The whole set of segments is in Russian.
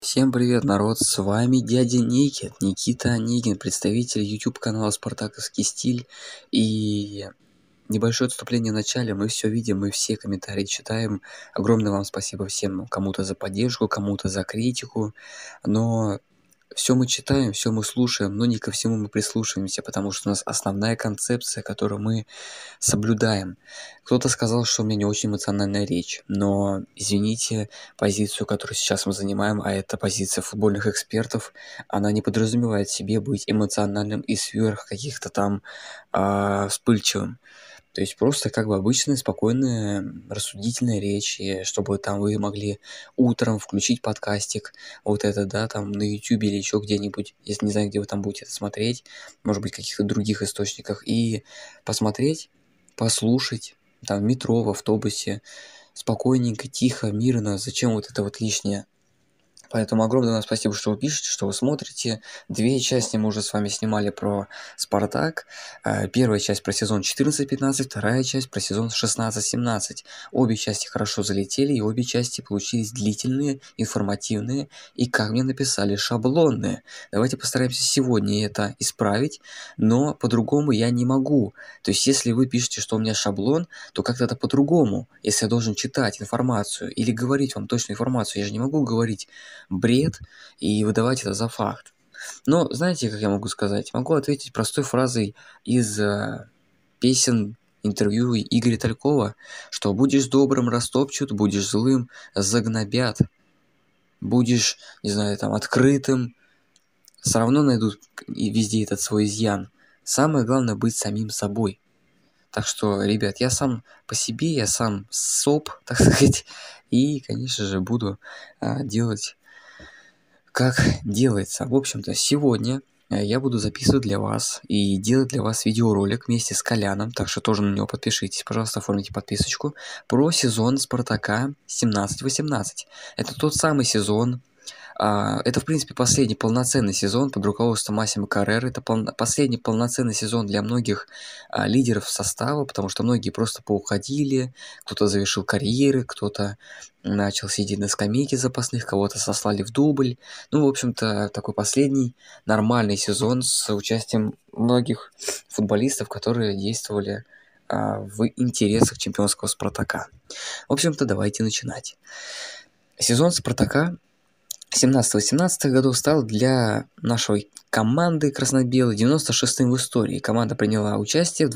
Всем привет, народ, с вами дядя Никит, Никита Онегин, представитель YouTube канала «Спартаковский стиль». И небольшое отступление в начале, мы все видим, мы все комментарии читаем. Огромное вам спасибо всем, кому-то за поддержку, кому-то за критику, но все мы читаем, все мы слушаем, но не ко всему мы прислушиваемся, потому что у нас основная концепция, которую мы соблюдаем. Кто-то сказал, что у меня не очень эмоциональная речь, но, извините, позицию, которую сейчас мы занимаем, а это позиция футбольных экспертов, она не подразумевает себе быть эмоциональным и сверх каких-то там вспыльчивым. То есть просто как бы обычная, спокойная, рассудительная речь, и чтобы там вы могли утром включить подкастик, вот это, да, там на YouTube или еще где-нибудь, если не знаю, где вы там будете это смотреть, может быть, в каких-то других источниках, и посмотреть, послушать, там, в метро, в автобусе, спокойненько, тихо, мирно, зачем вот это вот лишнее. Поэтому огромное вам спасибо, что вы пишете, что вы смотрите. Две части мы уже с вами снимали про «Спартак». Первая часть про сезон 14-15, вторая часть про сезон 16-17. Обе части хорошо залетели, и обе части получились длительные, информативные и, как мне написали, шаблонные. Давайте постараемся сегодня это исправить, но по-другому я не могу. То есть, если вы пишете, что у меня шаблон, то как-то это по-другому. Если я должен читать информацию или говорить вам точную информацию, я же не могу говорить бред и выдавать это за факт. Но знаете, как я могу сказать? Могу ответить простой фразой из песен интервью Игоря Талькова, что будешь добрым, растопчут, будешь злым, загнобят, будешь, не знаю, там, открытым, все равно найдут и везде этот свой изъян. Самое главное быть самим собой. Так что, ребят, я сам по себе, я сам соп, так сказать, и, конечно же, буду делать как делается. В общем-то, сегодня я буду записывать для вас и делать для вас видеоролик вместе с Коляном, так что тоже на него подпишитесь, пожалуйста, оформите подписочку, про сезон Спартака 17-18. Это тот самый сезон, это, в принципе, последний полноценный сезон под руководством Массимо Карреры. Это последний полноценный сезон для многих лидеров состава, потому что многие просто поуходили, кто-то завершил карьеры, кто-то начал сидеть на скамейке запасных, кого-то сослали в дубль. Ну, в общем-то, такой последний нормальный сезон с участием многих футболистов, которые действовали в интересах чемпионского Спартака. В общем-то, давайте начинать. Сезон Спартака 17-18 годов стал для нашей команды красно-белой 96-м в истории. Команда приняла участие в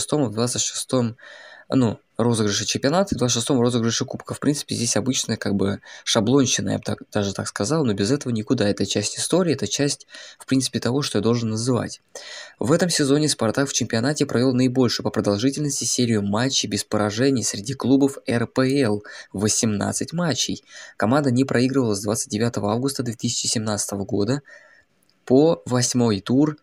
26-м розыгрыше чемпионата и 26-м розыгрыше кубка. В принципе, здесь обычная как бы шаблонщина, я бы даже так сказал, но без этого никуда. Это часть истории, это часть, в принципе, того, что я должен называть. В этом сезоне «Спартак» в чемпионате провел наибольшую по продолжительности серию матчей без поражений среди клубов РПЛ – 18 матчей. Команда не проигрывала с 29 августа 2017 года по 8 тур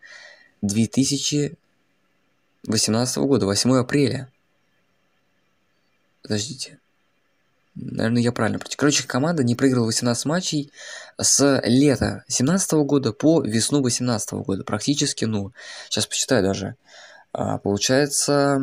2018 года, 8 апреля. Подождите. Наверное, я правильно прочитал. Короче, команда не проиграла 18 матчей с лета 2017 года по весну 2018 года. Практически, сейчас посчитаю даже. Получается,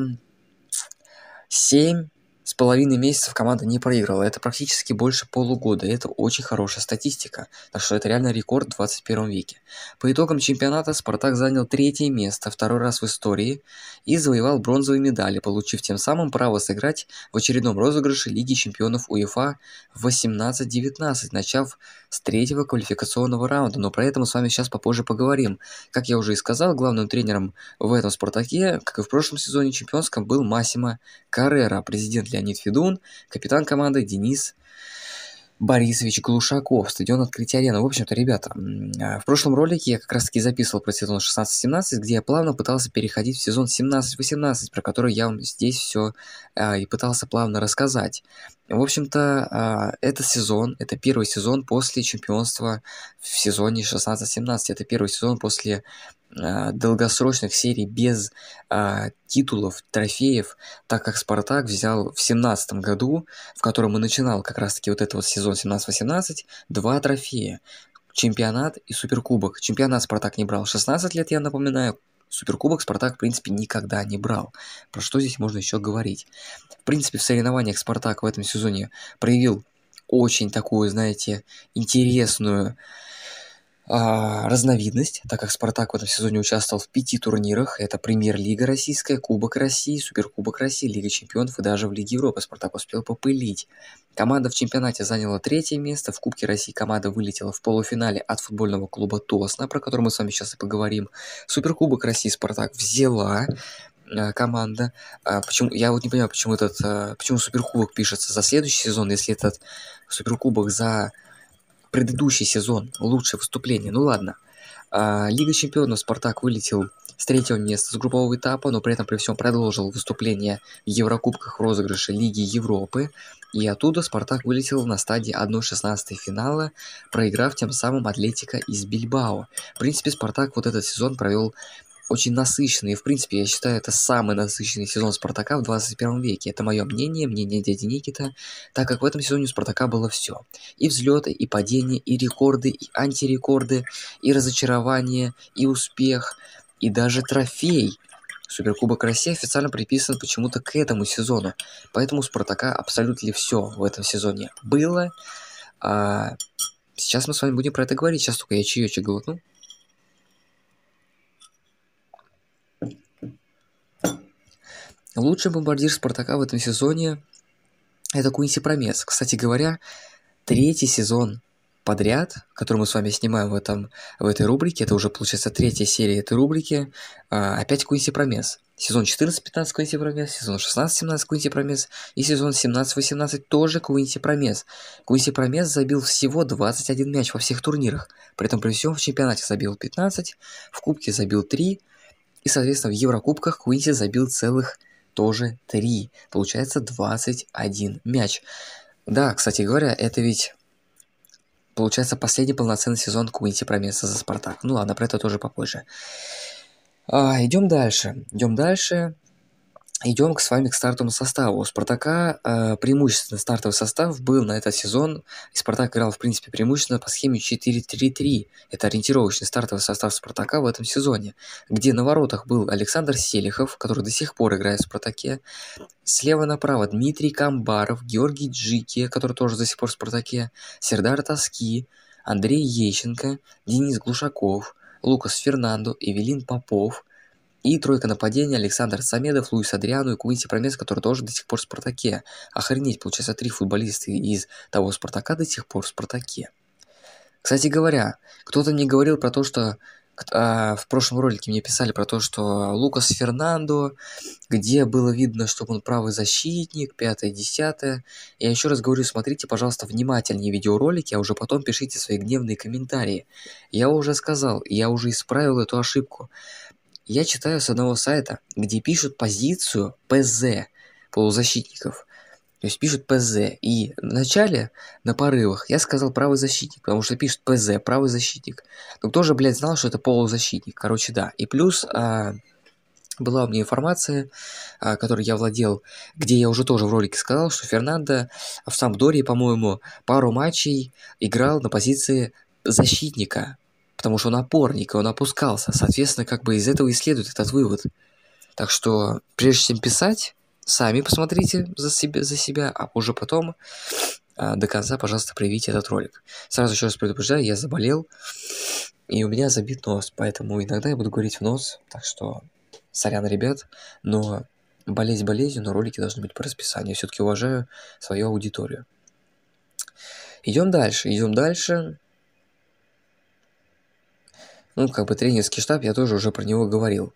7,5 месяцев команда не проиграла. Это практически больше полугода. И это очень хорошая статистика. Так что это реально рекорд в 21 веке. По итогам чемпионата «Спартак» занял 3-е место, второй раз в истории, и завоевал бронзовые медали, получив тем самым право сыграть в очередном розыгрыше Лиги чемпионов УЕФА 18-19, начав с 3-го квалификационного раунда. Но про это мы с вами сейчас попозже поговорим. Как я уже и сказал, главным тренером в этом «Спартаке», как и в прошлом сезоне чемпионском, был Массимо Каррера, президент Леонид Федун, капитан команды Денис Борисович Глушаков, стадион Открытия Арены. В общем-то, ребята, в прошлом ролике я как раз-таки записывал про сезон 16-17, где я плавно пытался переходить в сезон 17-18, про который я вам здесь все и пытался плавно рассказать. В общем-то, это первый сезон после чемпионства в сезоне 16-17. Это первый сезон после долгосрочных серий без титулов, трофеев, так как «Спартак» взял в 17 году, в котором и начинал как раз-таки вот этот вот сезон 17-18, 2 трофея. Чемпионат и суперкубок. Чемпионат «Спартак» не брал 16 лет, я напоминаю. Суперкубок «Спартак», в принципе, никогда не брал. Про что здесь можно еще говорить? В принципе, в соревнованиях «Спартак» в этом сезоне проявил очень такую, знаете, интересную разновидность, так как «Спартак» в этом сезоне участвовал в 5 турнирах. Это Премьер-лига российская, Кубок России, Суперкубок России, Лига чемпионов и даже в Лиге Европы «Спартак» успел попылить. Команда в чемпионате заняла 3-е место, в Кубке России команда вылетела в полуфинале от футбольного клуба «Тосна», про который мы с вами сейчас и поговорим. Суперкубок России «Спартак» взяла команда. Почему, я вот не понимаю, почему Суперкубок пишется за следующий сезон, если этот Суперкубок за предыдущий сезон, лучшее выступление. Ну ладно. Лига чемпионов «Спартак» вылетел с 3-го места с группового этапа, но при этом при всем продолжил выступление в Еврокубках розыгрыша Лиги Европы. И оттуда «Спартак» вылетел на стадии 1/16 финала, проиграв тем самым «Атлетико» из Бильбао. В принципе, «Спартак» вот этот сезон провел очень насыщенный. И, в принципе, я считаю, это самый насыщенный сезон «Спартака» в 21 веке. Это мое мнение дяди Никита, так как в этом сезоне у «Спартака» было все. И взлеты, и падения, и рекорды, и антирекорды, и разочарование, и успех, и даже трофей. Суперкубок России официально приписан почему-то к этому сезону. Поэтому у «Спартака» абсолютно все в этом сезоне было. Сейчас мы с вами будем про это говорить. Сейчас только я чаечек глотну. Лучший бомбардир «Спартака» в этом сезоне – это Куинси Промес. Кстати говоря, 3-й сезон подряд, который мы с вами снимаем в этой рубрике, это уже, получается, 3-я серия этой рубрики, опять Куинси Промес. Сезон 14-15 Куинси Промес, сезон 16-17 Куинси Промес и сезон 17-18 тоже Куинси Промес. Куинси Промес забил всего 21 мяч во всех турнирах, при этом при всем в чемпионате забил 15, в Кубке забил 3, и, соответственно, в Еврокубках Куинси забил целых тоже 3. Получается 21 мяч. Да, кстати говоря, это ведь получается последний полноценный сезон Куинси Промеса за «Спартак». Ну ладно, про это тоже попозже. Идем дальше. Идем с вами к стартовому составу. У «Спартака» преимущественно стартовый состав был на этот сезон. И «Спартак» играл, в принципе, преимущественно по схеме 4-3-3. Это ориентировочный стартовый состав «Спартака» в этом сезоне, где на воротах был Александр Селихов, который до сих пор играет в «Спартаке». Слева направо Дмитрий Камбаров, Георгий Джики, который тоже до сих пор в «Спартаке», Сердар Тоски, Андрей Ещенко, Денис Глушаков, Лукас Фернандо, Эвелин Попов. И тройка нападения Александр Самедов, Луис Адриану и Куинси Промес, который тоже до сих пор в «Спартаке». Охренеть, получается, 3 футболиста из того «Спартака» до сих пор в «Спартаке». Кстати говоря, кто-то мне говорил про то, что в прошлом ролике мне писали про то, что Лукас Фернандо, где было видно, что он правый защитник, 5-10. Я еще раз говорю, смотрите, пожалуйста, внимательнее видеоролики, а уже потом пишите свои гневные комментарии. Я уже сказал, я уже исправил эту ошибку. Я читаю с одного сайта, где пишут позицию ПЗ полузащитников. То есть пишут ПЗ. И в начале, на порывах, я сказал правый защитник, потому что пишут ПЗ, правый защитник. Но кто же, блядь, знал, что это полузащитник? Короче, да. И плюс была у меня информация, которой я владел, где я уже тоже в ролике сказал, что Фернандо в Сампдории, по-моему, пару матчей играл на позиции защитника. Потому что он опорник, и он опускался. Соответственно, как бы из этого и следует этот вывод. Так что, прежде чем писать, сами посмотрите за себя, а уже потом до конца, пожалуйста, проявите этот ролик. Сразу еще раз предупреждаю, я заболел, и у меня забит нос, поэтому иногда я буду говорить в нос. Так что, сорян, ребят, но болезнь болезнью, но ролики должны быть по расписанию. Я все-таки уважаю свою аудиторию. Идем дальше. Ну, как бы тренерский штаб, я тоже уже про него говорил.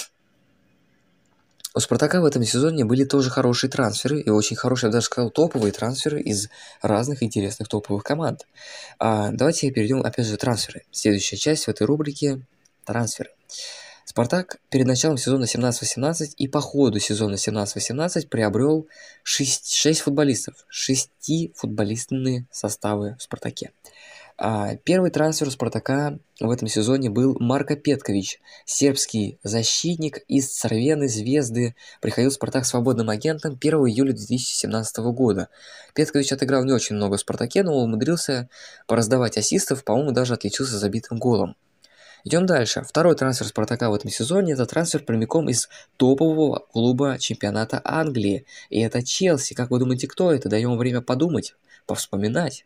У «Спартака» в этом сезоне были тоже хорошие трансферы, и очень хорошие, я бы даже сказал, топовые трансферы из разных интересных топовых команд. Давайте перейдем, опять же, трансферы. Следующая часть в этой рубрике – трансферы. «Спартак» перед началом сезона 17-18 и по ходу сезона 17-18 приобрел 6 футболистов, 6-футболистные составы в «Спартаке». Первый трансфер у «Спартака» в этом сезоне был Марко Петкович, сербский защитник из Црвены Звезды, приходил в «Спартак» свободным агентом 1 июля 2017 года. Петкович отыграл не очень много в «Спартаке», но умудрился пораздавать ассистов, по-моему, даже отличился забитым голом. Идем дальше. Второй трансфер «Спартака» в этом сезоне – это трансфер прямиком из топового клуба чемпионата Англии. И это Челси. Как вы думаете, кто это? Даем время подумать. повспоминать.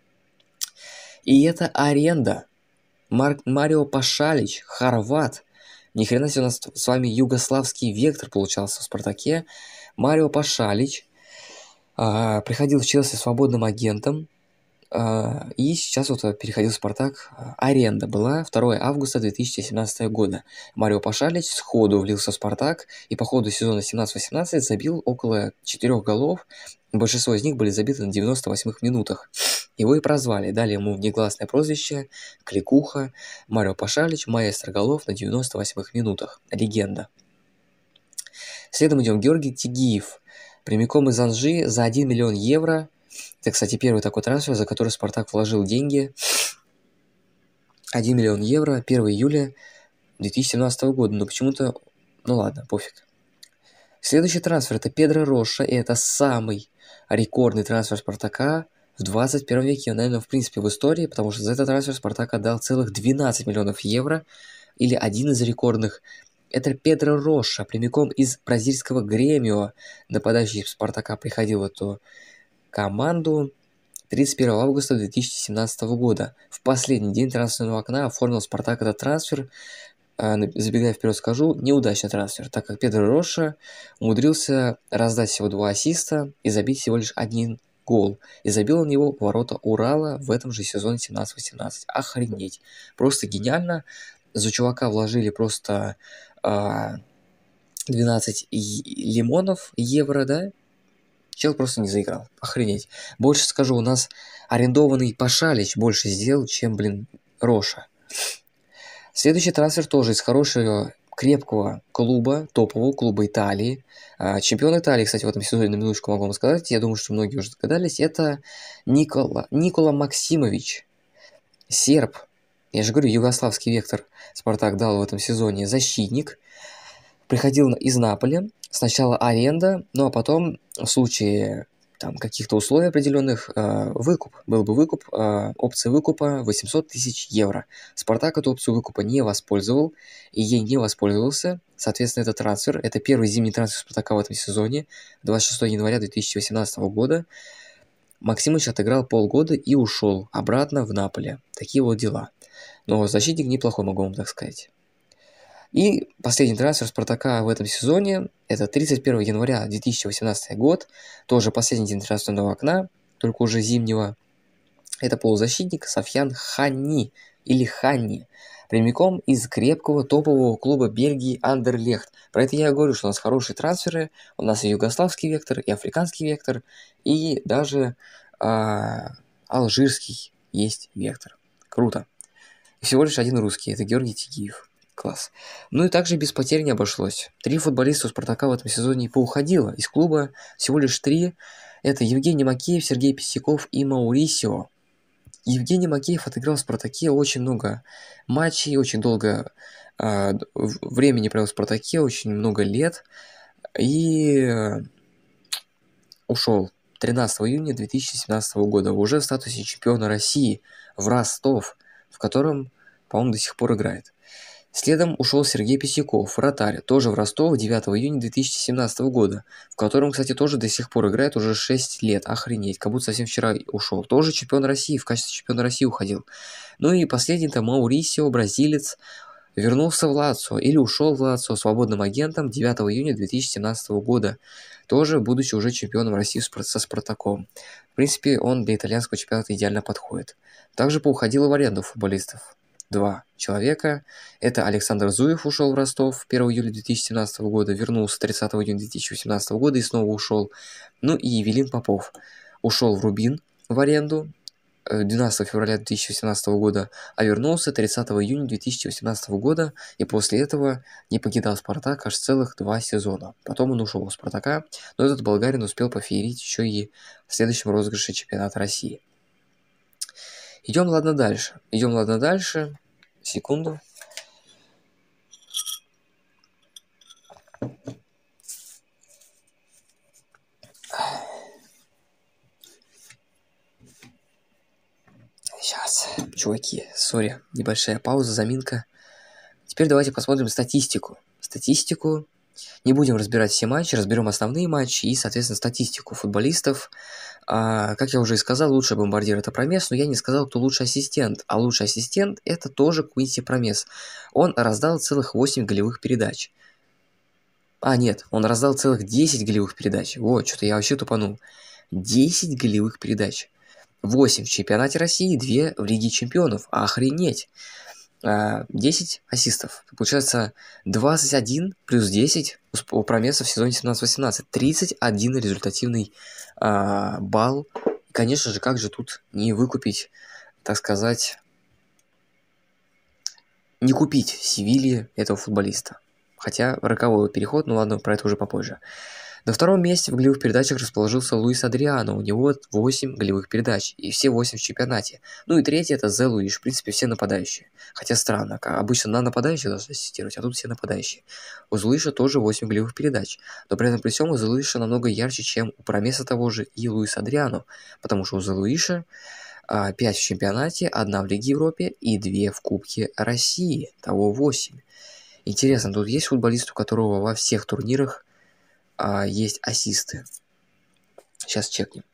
И это аренда. Марио Пашалич, хорват. Ни хрена себе, у нас с вами югославский вектор получался в «Спартаке». Марио Пашалич приходил в Челси свободным агентом. И сейчас вот переходил в «Спартак». Аренда была 2 августа 2017 года. Марио Пашалич сходу влился в «Спартак» и по ходу сезона 17-18 забил около 4 голов. Большинство из них были забиты на 98-х минутах. Его и прозвали. Дали ему внегласное прозвище Кликуха. Марио Пашалич, маэстро голов на 98-х минутах. Легенда. Следом идем Георгий Тигиев. Прямиком из Анжи за 1 миллион евро. Это, кстати, первый такой трансфер, за который «Спартак» вложил деньги. 1 миллион евро, 1 июля 2017 года. Но почему-то... Ну ладно, пофиг. Следующий трансфер – это Педро Роша. И это самый рекордный трансфер «Спартака» в 21 веке. Наверное, в принципе, в истории. Потому что за этот трансфер «Спартак» отдал целых 12 миллионов евро. Или один из рекордных. Это Педро Роша. Прямиком из бразильского Гремио. Нападающий из «Спартака» приходил в эту команду 31 августа 2017 года. В последний день трансферного окна оформил «Спартак» этот трансфер. Забегая вперед, скажу, неудачный трансфер, так как Педро Роша умудрился раздать всего 2 ассиста и забить всего лишь 1 гол. И забил он его в ворота Урала в этом же сезоне 17-18. Охренеть. Просто гениально. За чувака вложили просто 12 лимонов евро, да? Чел просто не заиграл. Охренеть. Больше скажу, у нас арендованный Пашалич больше сделал, чем, Роша. Следующий трансфер тоже из хорошего, крепкого клуба, топового клуба Италии. Чемпион Италии, кстати, в этом сезоне, на минуточку могу вам сказать, я думаю, что многие уже догадались, это Никола Максимович. Серб. Я же говорю, югославский вектор «Спартак» дал в этом сезоне. Защитник. Приходил из Наполи. Сначала аренда, ну а потом в случае там каких-то условий определенных выкуп. Был бы выкуп, опция выкупа 800 тысяч евро. «Спартак» эту опцию выкупа не воспользовал, и ей не воспользовался. Соответственно, этот трансфер, это первый зимний трансфер «Спартака» в этом сезоне, 26 января 2018 года. Максимович отыграл полгода и ушел обратно в Наполе. Такие вот дела. Но защитник неплохой, могу вам так сказать. И последний трансфер «Спартака» в этом сезоне – это 31 января 2018 год, тоже последний день трансферного окна, только уже зимнего. Это полузащитник Софьян Ханни, или Ханни, прямиком из крепкого топового клуба Бельгии Андерлехт. Про это я говорю, что у нас хорошие трансферы, у нас и югославский вектор, и африканский вектор, и даже алжирский есть вектор. Круто. И всего лишь один русский, это Георгий Тигиев. Класс. Ну и также без потерь не обошлось. 3 футболиста у «Спартака» в этом сезоне поуходило. Из клуба всего лишь 3. Это Евгений Макеев, Сергей Писяков и Маурисио. Евгений Макеев отыграл в «Спартаке» очень много матчей, очень долго времени провел в «Спартаке», очень много лет. И ушел 13 июня 2017 года уже в статусе чемпиона России в Ростов, в котором, по-моему, до сих пор играет. Следом ушел Сергей Писяков, вратарь, тоже в Ростов 9 июня 2017 года, в котором, кстати, тоже до сих пор играет уже 6 лет. Охренеть, как будто совсем вчера ушел. Тоже чемпион России, в качестве чемпиона России уходил. Ну и последний-то Маурисио, бразилец, вернулся в Лацио или ушел в Лацио свободным агентом 9 июня 2017 года, тоже будучи уже чемпионом России со «Спартаком». В принципе, он для итальянского чемпионата идеально подходит. Также поуходило в аренду футболистов. 2 человека. Это Александр Зуев ушел в Ростов 1 июля 2017 года, вернулся 30 июня 2018 года и снова ушел. Ну и Евелин Попов ушел в Рубин в аренду 12 февраля 2018 года, а вернулся 30 июня 2018 года и после этого не покидал «Спартак» аж целых 2 сезона. Потом он ушел из «Спартака», но этот болгарин успел пофеерить еще и в следующем розыгрыше чемпионата России. Идем, ладно, дальше. Секунду. Сейчас, чуваки, сори, небольшая пауза, заминка. Теперь давайте посмотрим статистику. Не будем разбирать все матчи, разберем основные матчи и, соответственно, статистику футболистов Как я уже и сказал, лучший бомбардир это Промес, но я не сказал, кто лучший ассистент. А лучший ассистент это тоже Квинси Промес. Он раздал целых 8 голевых передач. Нет, он раздал целых 10 голевых передач. Вот, что-то я вообще тупанул. 10 голевых передач. 8 в чемпионате России, 2 в Лиге чемпионов. Охренеть! 10 ассистов. Получается 21 плюс 10 у Промеса в сезоне 17-18. 31 результативный балл. И, конечно же, как же тут не выкупить, так сказать, не купить Севилье этого футболиста. Хотя роковой переход, ну ладно, про это уже попозже. На втором месте в голевых передачах расположился Луис Адриано, у него 8 голевых передач, и все 8 в чемпионате. Ну и третий это Зе Луиш, в принципе все нападающие. Хотя странно, обычно на нападающих должны ассистировать, а тут все нападающие. У Зе Луиша тоже 8 голевых передач, но при этом при всем у Зе Луиша намного ярче, чем у Промеса того же и Луиса Адриано, потому что у Зе Луиша 5 в чемпионате, 1 в Лиге Европы и 2 в Кубке России, того 8. Интересно, тут есть футболист, у которого во всех турнирах есть ассисты. Сейчас чекнем.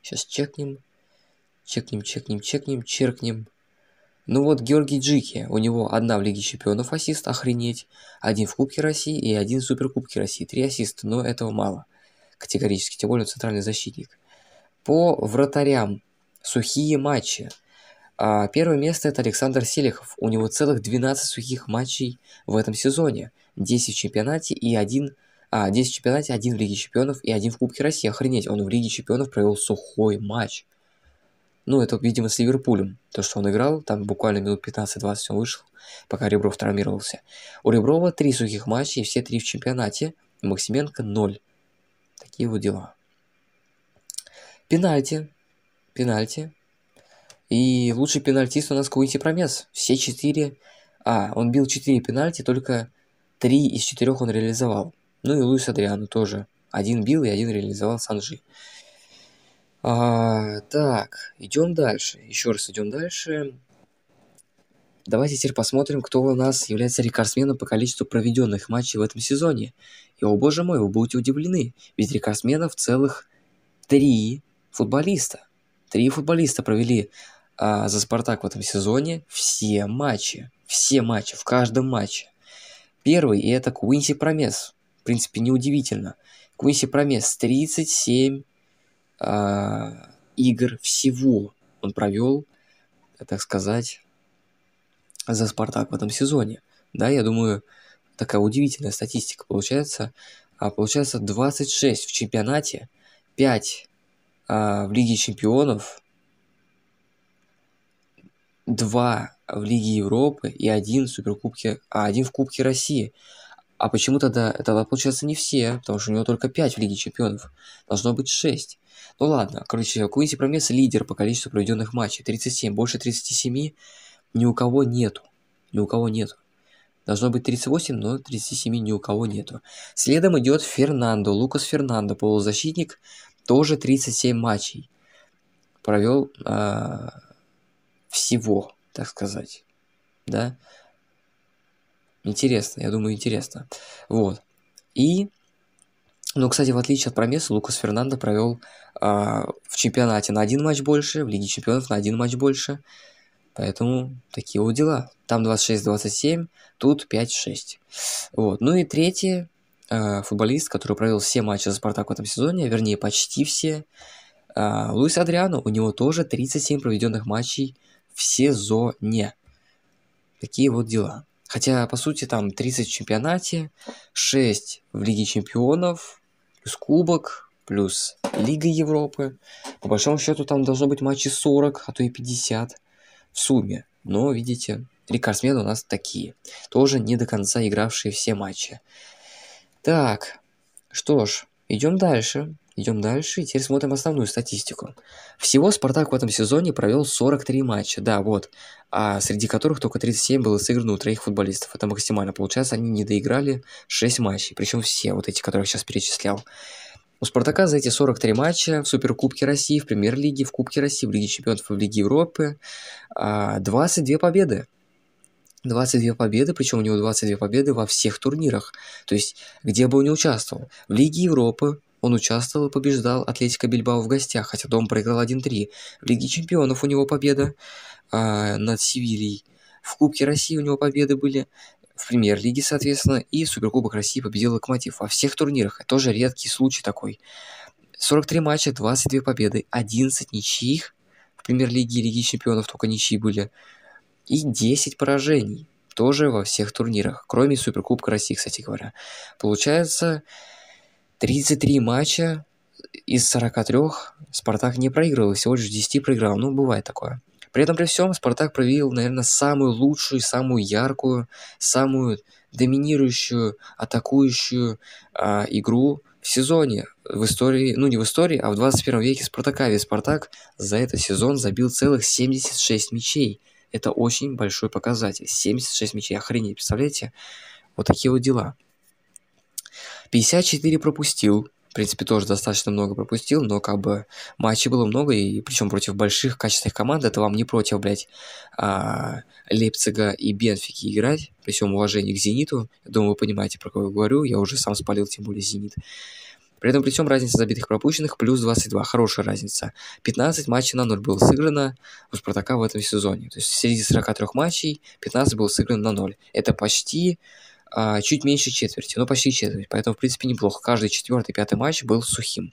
Черкнем. Ну вот Георгий Джики. У него 1 в Лиге Чемпионов ассист, охренеть. 1 в Кубке России и 1 в Суперкубке России. 3 ассиста, но этого мало. Категорически, тем более центральный защитник. По вратарям. Сухие матчи. Первое место это Александр Селихов. У него целых 12 сухих матчей в этом сезоне. 10 в чемпионате и 10 в чемпионате, 1 в Лиге Чемпионов и 1 в Кубке России. Охренеть, он в Лиге Чемпионов провел сухой матч. Ну, это, видимо, с Ливерпулем. То, что он играл, там буквально минут 15-20 он вышел, пока Ребров травмировался. У Реброва 3 сухих матча и все 3 в чемпионате. У Максименко 0. Такие вот дела. Пенальти. И лучший пенальтист у нас Квинси Промес. Все 4. Он бил 4 пенальти, только 3 из 4 он реализовал. Ну и Луис Адриано тоже. 1 бил и 1 реализовал Санжи. Так, идем дальше. Еще раз идем дальше. Давайте теперь посмотрим, кто у нас является рекордсменом по количеству проведенных матчей в этом сезоне. И, о боже мой, вы будете удивлены. Ведь рекордсменов целых 3 футболиста. 3 футболиста провели за Спартак в этом сезоне все матчи. Все матчи, в каждом матче. Первый, и это Квинси Промес. В принципе, неудивительно. Квинси Промес 37 игр всего он провел, так сказать, за Спартак в этом сезоне. Да, я думаю, такая удивительная статистика получается. Получается 26 в чемпионате, 5 в Лиге Чемпионов, 2 в Лиге Европы и 1 в Суперкубке, 1 в Кубке России. А почему тогда получается не все? Потому что у него только 5 в Лиге Чемпионов. Должно быть 6. Ну ладно, короче, Квинси Промес лидер по количеству проведенных матчей. 37. Больше 37 ни у кого нету. Должно быть 38, но 37 ни у кого нету. Следом идет Фернандо, Лукас Фернандо, полузащитник. Тоже 37 матчей. Провел всего, так сказать. Да? Интересно, я думаю, интересно. Вот. Кстати, в отличие от Промеса, Лукас Фернандо провел в чемпионате на 1 матч больше, в Лиге Чемпионов на 1 матч больше. Поэтому такие вот дела. Там 26-27, тут 5-6. Вот. Ну и третий футболист, который провел все матчи за Спартак в этом сезоне, вернее, почти все, Луис Адриано. У него тоже 37 проведенных матчей в сезоне. Такие вот дела. Хотя, по сути, там 30 в чемпионате, 6 в Лиге Чемпионов, плюс Кубок, плюс Лига Европы. По большому счету, там должно быть матчей 40, а то и 50 в сумме. Но, видите, рекордсмены у нас такие. Тоже не до конца игравшие все матчи. Так, что ж, идем дальше. И теперь смотрим основную статистику. Всего Спартак в этом сезоне провел 43 матча, да, вот, среди которых только 37 было сыграно у 3 футболистов. Это максимально. Получается, они не доиграли 6 матчей, причем все вот эти, которых я сейчас перечислял. У Спартака за эти 43 матча в Суперкубке России, в Премьер-лиге, в Кубке России, в Лиге Чемпионов и в Лиге Европы 22 победы. 22 победы, причем у него 22 победы во всех турнирах. То есть, где бы он ни участвовал. В Лиге Европы Он участвовал и побеждал Атлетико Бильбао в гостях, хотя дома проиграл 1-3. В Лиге чемпионов у него победа над Севильей. В Кубке России у него победы были. В Премьер-лиге, соответственно. И Суперкубок России победил Локомотив. Во всех турнирах. Это тоже редкий случай такой. 43 матча, 22 победы, 11 ничьих. В Премьер-лиге и Лиге чемпионов только ничьи были. И 10 поражений. Тоже во всех турнирах. Кроме Суперкубка России, кстати говоря. Получается, 33 матча из 43 Спартак не проигрывал. Всего лишь 10 проиграл. Ну, бывает такое. При этом при всем Спартак проявил, наверное, самую лучшую, самую яркую, самую доминирующую, атакующую игру в сезоне. В истории, ну не в истории, а в 21 веке Спартака. Ведь Спартак за этот сезон забил целых 76 мячей. Это очень большой показатель. 76 мячей. Охренеть, представляете? Вот такие вот дела. 54 пропустил. В принципе, тоже достаточно много пропустил, но как бы матчей было много, и причем против больших качественных команд. Это вам не против, блядь, Лейпцига и Бенфики играть, при всем уважении к Зениту. Я думаю, вы понимаете, про кого я говорю. Я уже сам спалил, тем более Зенит. При этом при всем разница забитых пропущенных плюс 22. Хорошая разница. 15 матчей на 0 было сыграно у Спартака в этом сезоне. То есть среди 43 матчей 15 было сыграно на 0. Это почти чуть меньше четверти, но почти четверть. Поэтому, в принципе, неплохо. Каждый 4-5 матч был сухим.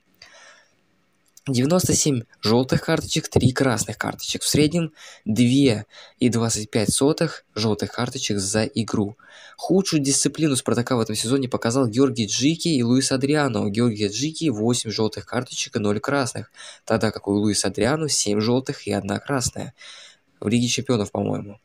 97 желтых карточек, 3 красных карточек. В среднем 2,25 желтых карточек за игру. Худшую дисциплину Спартака в этом сезоне показал Георгий Джики и Луис Адриано. У Георгия Джики 8 желтых карточек и 0 красных. Тогда как у Луиса Адриано 7 желтых и 1 красная. В Лиге чемпионов, по-моему.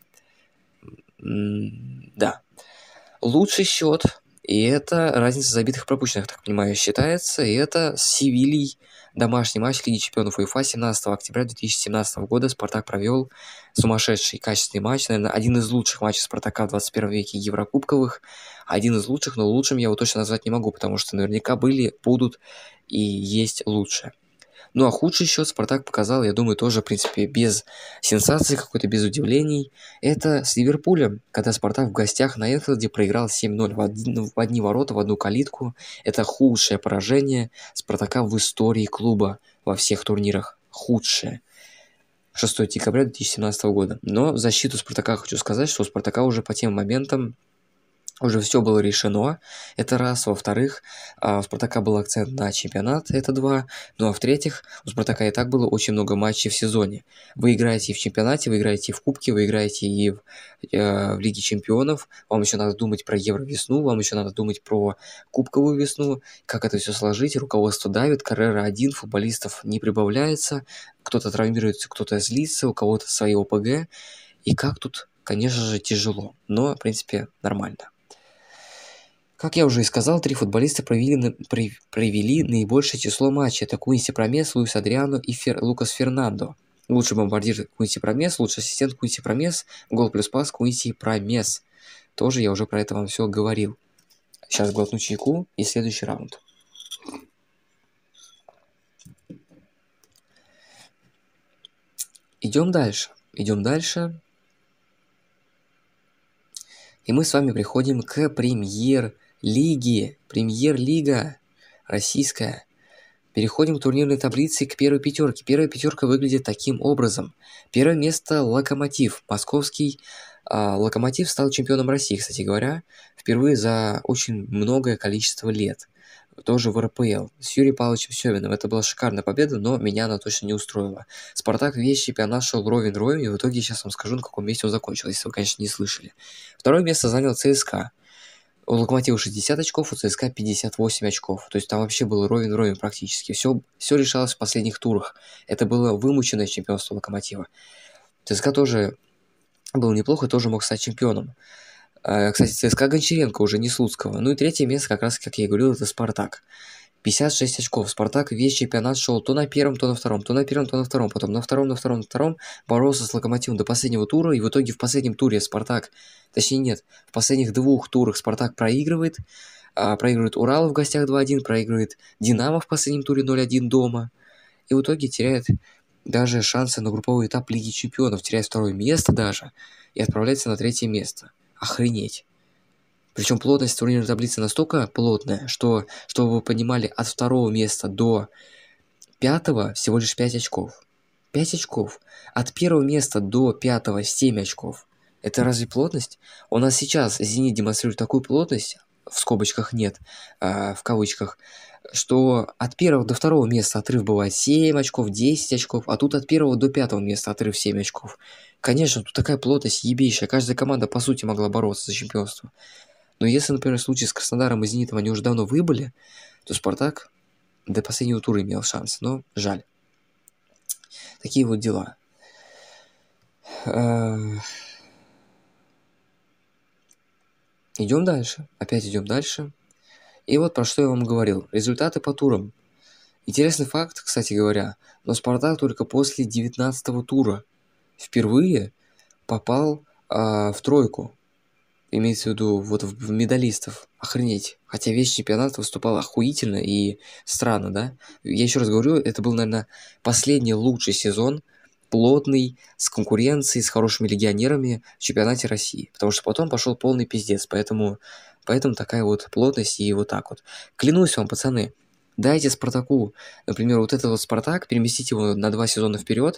Да. Лучший счет, и это разница забитых и пропущенных, так понимаю, считается, и это с Севильей. Домашний матч Лиги чемпионов УЕФА 17 октября 2017 года. Спартак провел сумасшедший качественный матч, наверное, один из лучших матчей Спартака в 21 веке еврокубковых. Один из лучших, но лучшим я его точно назвать не могу, потому что наверняка были, будут и есть лучше. Ну а худший счет Спартак показал, я думаю, тоже, в принципе, без сенсации какой-то, без удивлений. Это с Ливерпулем, когда Спартак в гостях на Энфилде проиграл 7-0 в одни ворота, в одну калитку. Это худшее поражение Спартака в истории клуба во всех турнирах. Худшее. 6 декабря 2017 года. Но в защиту Спартака хочу сказать, что у Спартака уже по тем моментам уже все было решено, это раз. Во-вторых, у Спартака был акцент на чемпионат, это два. Ну а в-третьих, у Спартака и так было очень много матчей в сезоне. Вы играете и в чемпионате, вы играете и в Кубке, вы играете и в Лиге чемпионов. Вам еще надо думать про Евровесну, вам еще надо думать про Кубковую весну, как это все сложить. Руководство давит, Каррера один, футболистов не прибавляется, кто-то травмируется, кто-то злится, у кого-то свои ОПГ. И как тут, конечно же, тяжело, но, в принципе, нормально. Как я уже и сказал, 3 футболиста провели наибольшее число матчей. Это Куинси Промес, Луис Адриано и Лукас Фернандо. Лучший бомбардир Куинси Промес, лучший ассистент Куинси Промес, гол плюс пас Куинси Промес. Тоже я уже про это вам все говорил. Сейчас глотну чайку и следующий раунд. Идем дальше. И мы с вами приходим к Премьер-лиге. Премьер-лига российская. Переходим к турнирной таблице, к первой пятерке. Первая пятерка выглядит таким образом. Первое место Локомотив. Московский Локомотив стал чемпионом России, кстати говоря, впервые за очень многое количество лет. Тоже в РПЛ. С Юрием Павловичем Семиным. Это была шикарная победа, но меня она точно не устроила. Спартак весь чемпионат шел ровень, и в итоге сейчас вам скажу, на каком месте он закончил, если вы, конечно, не слышали. Второе место занял ЦСКА. У Локомотива 60 очков, у ЦСКА 58 очков. То есть там вообще было ровень практически. Все решалось в последних турах. Это было вымученное чемпионство Локомотива. ЦСКА тоже был неплохо, тоже мог стать чемпионом. Кстати, ЦСКА Гончаренко, уже не Слуцкого. Ну и третье место, как раз, как я и говорил, это Спартак. 56 очков. Спартак весь чемпионат шел то на первом, то на втором, то на первом, то на втором, потом на втором, боролся с Локомотивом до последнего тура, и в итоге в последнем туре Спартак, точнее нет, в последних 2 турах Спартак проигрывает Урал в гостях 2-1, проигрывает Динамо в последнем туре 0-1 дома, и в итоге теряет даже шансы на групповой этап Лиги чемпионов, теряет 2-е место даже, и отправляется на 3-е место. Охренеть. Причем плотность турнирной таблицы настолько плотная, что, чтобы вы понимали, от второго места до пятого всего лишь 5 очков. 5 очков. От первого места до пятого 7 очков. Это разве плотность? У нас сейчас «Зенит» демонстрирует такую плотность, в скобочках нет, в кавычках, что от первого до второго места отрыв бывает 7 очков, 10 очков, а тут от первого до пятого места отрыв 7 очков. Конечно, тут такая плотность ебейшая. Каждая команда, по сути, могла бороться за чемпионство. Но если, например, в случае с Краснодаром и «Зенитом» они уже давно выбыли, то «Спартак» до последнего тура имел шанс. Но жаль. Такие вот дела. Идем дальше. Опять идем дальше. И вот про что я вам говорил. Результаты по турам. Интересный факт, кстати говоря, но «Спартак» только после 19-го тура впервые попал в тройку. Имеется в виду вот в медалистов. Охренеть. Хотя весь чемпионат выступал охуительно и странно, да? Я еще раз говорю, это был, наверное, последний лучший сезон, плотный, с конкуренцией, с хорошими легионерами в чемпионате России. Потому что потом пошел полный пиздец. Поэтому такая вот плотность и вот так вот. Клянусь вам, пацаны, дайте «Спартаку», например, вот этот вот «Спартак», переместите его на 2 сезона вперед,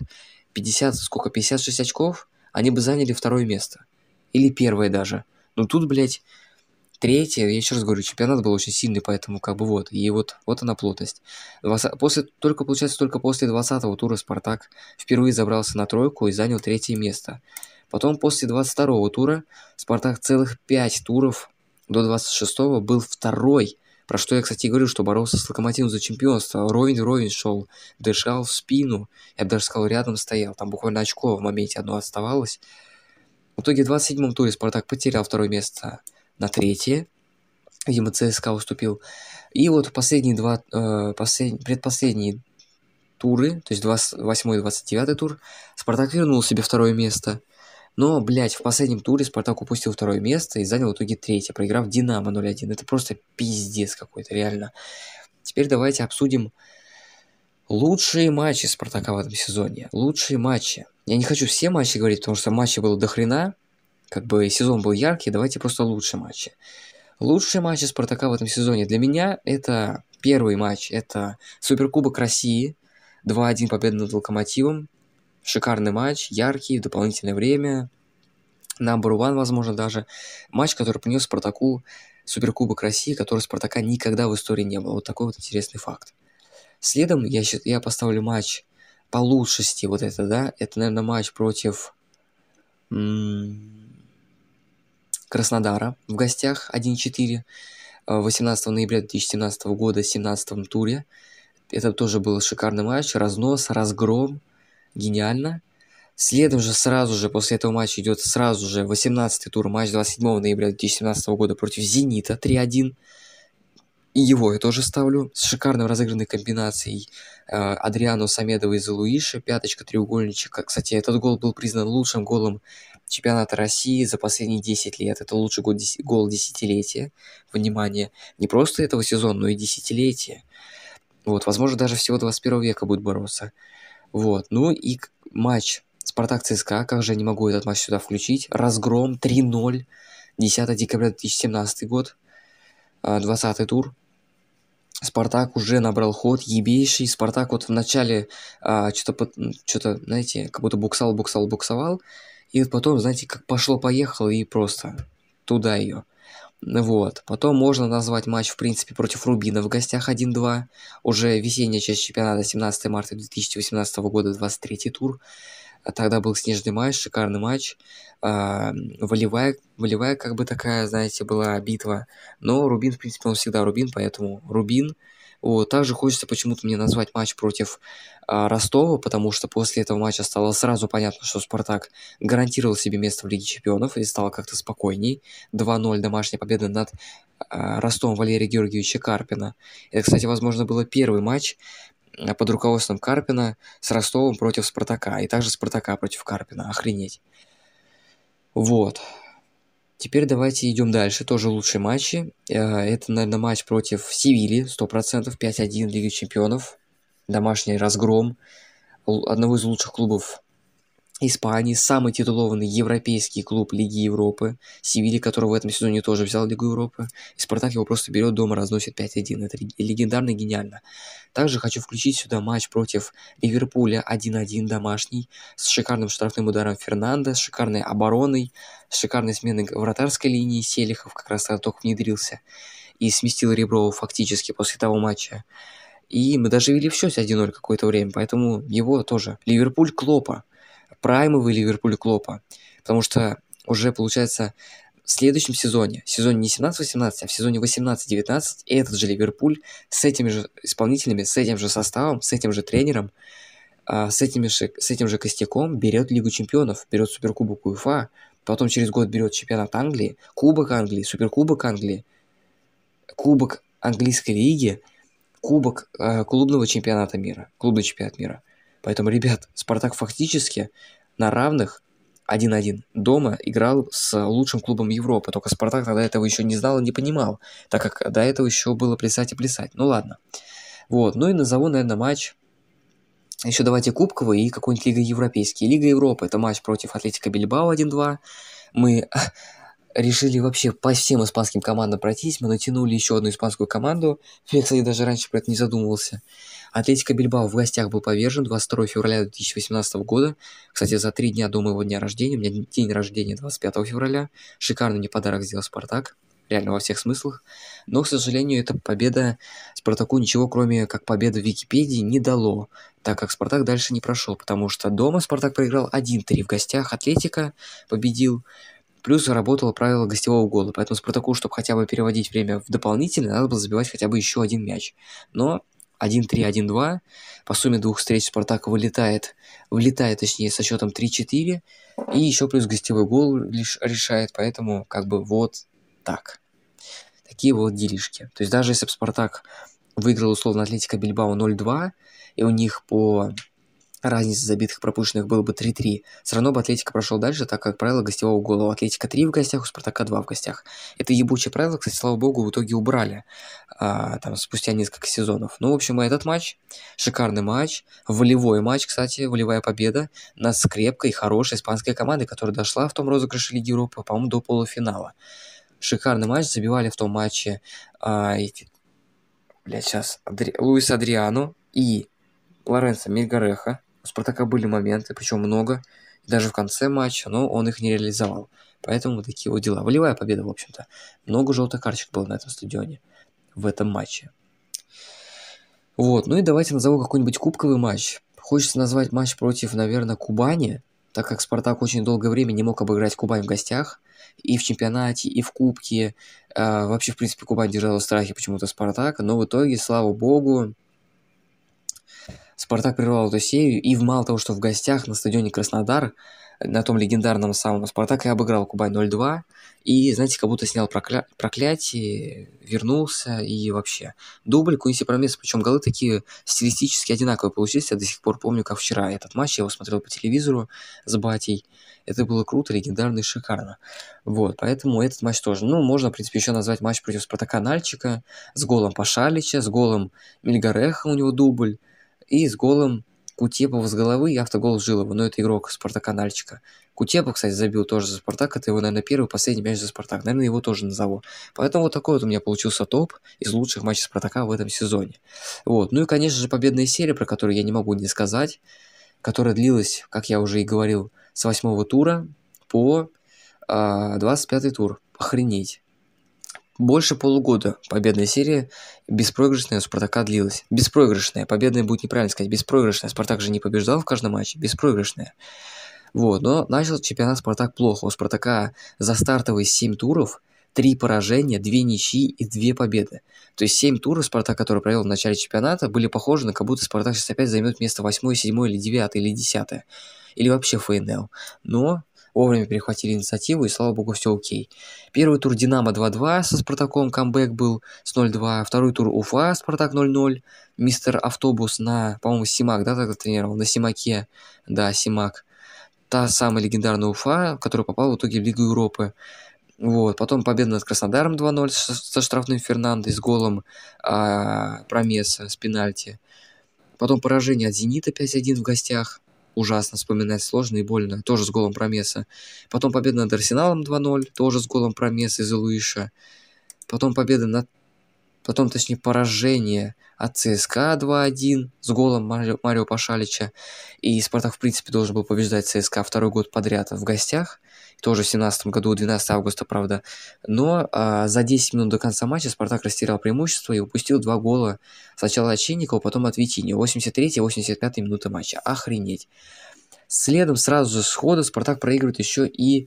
56 очков, они бы заняли второе место. Или первое даже. Ну тут, блядь, третье, я еще раз говорю, чемпионат был очень сильный, поэтому как бы вот, и вот она плотность. Только после 20-го тура «Спартак» впервые забрался на тройку и занял третье место. Потом после 22-го тура «Спартак» целых 5 туров до 26-го был второй, про что я, кстати, говорю, что боролся с «Локомотивом» за чемпионство. Ровень в ровень шел, дышал в спину, я бы даже сказал, рядом стоял, там буквально очко в моменте одно оставалось. В итоге в 27-м туре «Спартак» потерял второе место на третье. Видимо, ЦСКА уступил. И вот последние предпоследние туры, то есть 28-й и 29-й тур, «Спартак» вернул себе второе место. Но, блядь, в последнем туре «Спартак» упустил второе место и занял в итоге третье, проиграв «Динамо» 0-1. Это просто пиздец какой-то, реально. Теперь давайте обсудим лучшие матчи «Спартака» в этом сезоне. Лучшие матчи. Я не хочу все матчи говорить, потому что матчей было до хрена. Как бы сезон был яркий, давайте просто лучшие матчи. Лучшие матчи «Спартака» в этом сезоне для меня это первый матч. Это Суперкубок России. 2-1 победа над «Локомотивом». Шикарный матч, яркий, в дополнительное время. Number one, возможно, даже. Матч, который принес «Спартаку» Суперкубок России, который у «Спартака» никогда в истории не было. Вот такой вот интересный факт. Следом я поставлю матч по лучшести, вот это, да, это, наверное, матч против Краснодара в гостях 1-4 18 ноября 2017 года в 17-м туре. Это тоже был шикарный матч, разнос, разгром, гениально. Следом же сразу же после этого матча идет сразу же 18-й тур, матч 27 ноября 2017 года против «Зенита» 3-1. И его я тоже ставлю с шикарной разыгранной комбинацией Адриано Самедова из Луиши, пяточка, треугольничек. Кстати, этот гол был признан лучшим голом чемпионата России за последние 10 лет. Это лучший гол десятилетия. Внимание, не просто этого сезона, но и десятилетия. Вот, возможно, даже всего 21 века будет бороться. Вот, ну и матч «Спартак-ЦСКА», как же я не могу этот матч сюда включить. Разгром 3-0, 10 декабря 2017 год, 20-й тур. «Спартак» уже набрал ход, ебейший. «Спартак» вот в начале что-то, знаете, как будто буксовал. И вот потом, знаете, как пошло-поехало и просто туда ее. Вот. Потом можно назвать матч, в принципе, против «Рубина» в гостях 1-2. Уже весенняя часть чемпионата, 17 марта 2018 года, 23-й тур. Тогда был снежный матч, шикарный матч. Волевая как бы такая, знаете, была битва. Но Рубин, в принципе, он всегда Рубин, поэтому Рубин. Вот. Также хочется почему-то мне назвать матч против Ростова, потому что после этого матча стало сразу понятно, что «Спартак» гарантировал себе место в Лиге Чемпионов и стало как-то спокойней. 2-0 домашняя победа над Ростовом Валерия Георгиевича Карпина. Это, кстати, возможно, был первый матч под руководством Карпина с Ростовом против «Спартака». И также «Спартака» против Карпина. Охренеть. Вот. Теперь давайте идем дальше. Тоже лучшие матчи. Это, наверное, матч против Севильи. 100%. 5-1 Лиги Чемпионов. Домашний разгром одного из лучших клубов Испании самый титулованный европейский клуб Лиги Европы, Севилья, который в этом сезоне тоже взял Лигу Европы, и Спартак его просто берет дома, разносит 5-1. Это легендарно и гениально. Также хочу включить сюда матч против Ливерпуля 1-1 домашний, с шикарным штрафным ударом Фернандо, с шикарной обороной, с шикарной сменой вратарской линии. Селихов как раз тогда только внедрился и сместил Реброва фактически после того матча. И мы даже вели в счете 1-0 какое-то время, поэтому его тоже. Ливерпуль Клопа. Праймовый Ливерпуль Клопа. Потому что уже, получается, в следующем сезоне не 17-18, а в сезоне 18-19, этот же Ливерпуль с этими же исполнителями, с этим же составом, с этим же тренером, с этим же костяком берет Лигу Чемпионов, берет Суперкубок УЕФА, потом через год берет Чемпионат Англии, Кубок Англии, Суперкубок Англии, Кубок Английской Лиги, Кубок клубного чемпионата мира, клубный чемпионат мира. Поэтому, ребят, Спартак фактически на равных 1-1 дома играл с лучшим клубом Европы. Только Спартак тогда этого еще не знал и не понимал, так как до этого еще было плясать и плясать. Ну ладно. Вот. Ну и назову, наверное, матч. Еще давайте кубковый и какой-нибудь Лига Европейский. Лига Европы — это матч против Атлетико Бильбао 1-2. Мы решили вообще по всем испанским командам пройтись. Мы натянули еще одну испанскую команду. Я, кстати, даже раньше про это не задумывался. Атлетико Бильбао в гостях был повержен 22 февраля 2018 года. Кстати, за 3 дня до моего дня рождения. У меня день рождения 25 февраля. Шикарный мне подарок сделал Спартак. Реально во всех смыслах. Но, к сожалению, эта победа Спартаку ничего, кроме как победы в Википедии, не дало, так как Спартак дальше не прошел, потому что дома Спартак проиграл 1-3, в гостях Атлетико победил. Плюс работало правило гостевого гола, поэтому Спартаку, чтобы хотя бы переводить время в дополнительное, надо было забивать хотя бы еще один мяч. Но 1-3, 1-2, по сумме двух встреч Спартак влетает точнее, со счетом 3-4, и еще плюс гостевой гол лишь решает, поэтому как бы вот так. Такие вот делишки. То есть даже если бы Спартак выиграл условно Атлетико Бильбао 0-2, и у них по разница забитых пропущенных было бы 3-3, все равно бы Атлетико прошел дальше, так как правило гостевого гола. У Атлетико 3 в гостях, у Спартака 2 в гостях. Это ебучее правило, кстати, слава богу, в итоге убрали там спустя несколько сезонов. Ну, в общем, этот матч, шикарный матч, волевой матч, кстати, волевая победа над крепкой, хорошей испанской командой, которая дошла в том розыгрыше Лиги Европы, по-моему, до полуфинала. Шикарный матч, забивали в том матче Луис Адриано и Лоренцо Мельгареха. У Спартака были моменты, причем много, даже в конце матча, но он их не реализовал. Поэтому вот такие вот дела. Волевая победа, в общем-то. Много желтых карточек было на этом стадионе, в этом матче. Вот, ну и давайте назову какой-нибудь кубковый матч. Хочется назвать матч против, наверное, Кубани, так как Спартак очень долгое время не мог обыграть Кубань в гостях. И в чемпионате, и в кубке. Вообще, в принципе, Кубань держала в страхе почему-то Спартака, но в итоге, слава богу, Спартак прервал эту серию, и мало того, что в гостях на стадионе Краснодар, на том легендарном самом, Спартак и обыграл Кубань 0-2, и, знаете, как будто снял проклятие, вернулся, и вообще. Дубль, Куинси Промес, причем голы такие стилистически одинаковые получились, я до сих пор помню, как вчера этот матч, я его смотрел по телевизору с батей, это было круто, легендарно и шикарно. Вот, поэтому этот матч тоже. Ну, можно, в принципе, еще назвать матч против Спартака Нальчика, с голом Пашалича, с голом Мельгареха, у него дубль, и с голом Кутепова с головы и автогол Жилова, но это игрок Спартака Нальчика. Кутепов, кстати, забил тоже за Спартак, это его, наверное, первый, последний мяч за Спартак, наверное, его тоже назову. Поэтому вот такой вот у меня получился топ из лучших матчей Спартака в этом сезоне. Вот, ну и, конечно же, победная серия, про которую я не могу не сказать, которая длилась, как я уже и говорил, с 8-го тура по 25-й тур. Охренеть. Больше полугода победная серия беспроигрышная у Спартака длилась. Беспроигрышная. Победная будет неправильно сказать. Беспроигрышная. Спартак же не побеждал в каждом матче. Беспроигрышная. Вот. Но начал чемпионат Спартак плохо. У Спартака за стартовые 7 туров 3 поражения, 2 ничьи и 2 победы. То есть 7 туров Спартак, который провел в начале чемпионата, были похожи на как будто Спартак сейчас опять займет место 8, 7 или 9 или 10. Или вообще ФНЛ. Но вовремя перехватили инициативу, и, слава богу, все окей. Первый тур Динамо 2-2 со Спартаком, камбэк был с 0-2. Второй тур Уфа, Спартак 0-0. Мистер Автобус на, по-моему, Симак, да, тогда тренировал? На Симаке, да, Симак. Та самая легендарная Уфа, которая попала в итоге в Лигу Европы. Вот. Потом победа над Краснодаром 2-0 со штрафным Фернандо с голом Промеса с пенальти. Потом поражение от Зенита 5-1 в гостях. ужасно вспоминать, сложно и больно, тоже с голом Промеса. Потом победа над Арсеналом 2-0, тоже с голом Промеса из-за Луиша. Потом победа над... Потом, точнее, поражение от ЦСКА 2-1 с голом Марио Пашалича. И Спартак, в принципе, должен был побеждать ЦСКА второй год подряд в гостях. Тоже в 2017 году, 12 августа, правда. Но за 10 минут до конца матча Спартак растерял преимущество и упустил 2 гола. Сначала от Щенникова, потом от Витиньо. 83 и 85 минуты матча. Охренеть. Следом сразу же сходу Спартак проигрывает еще и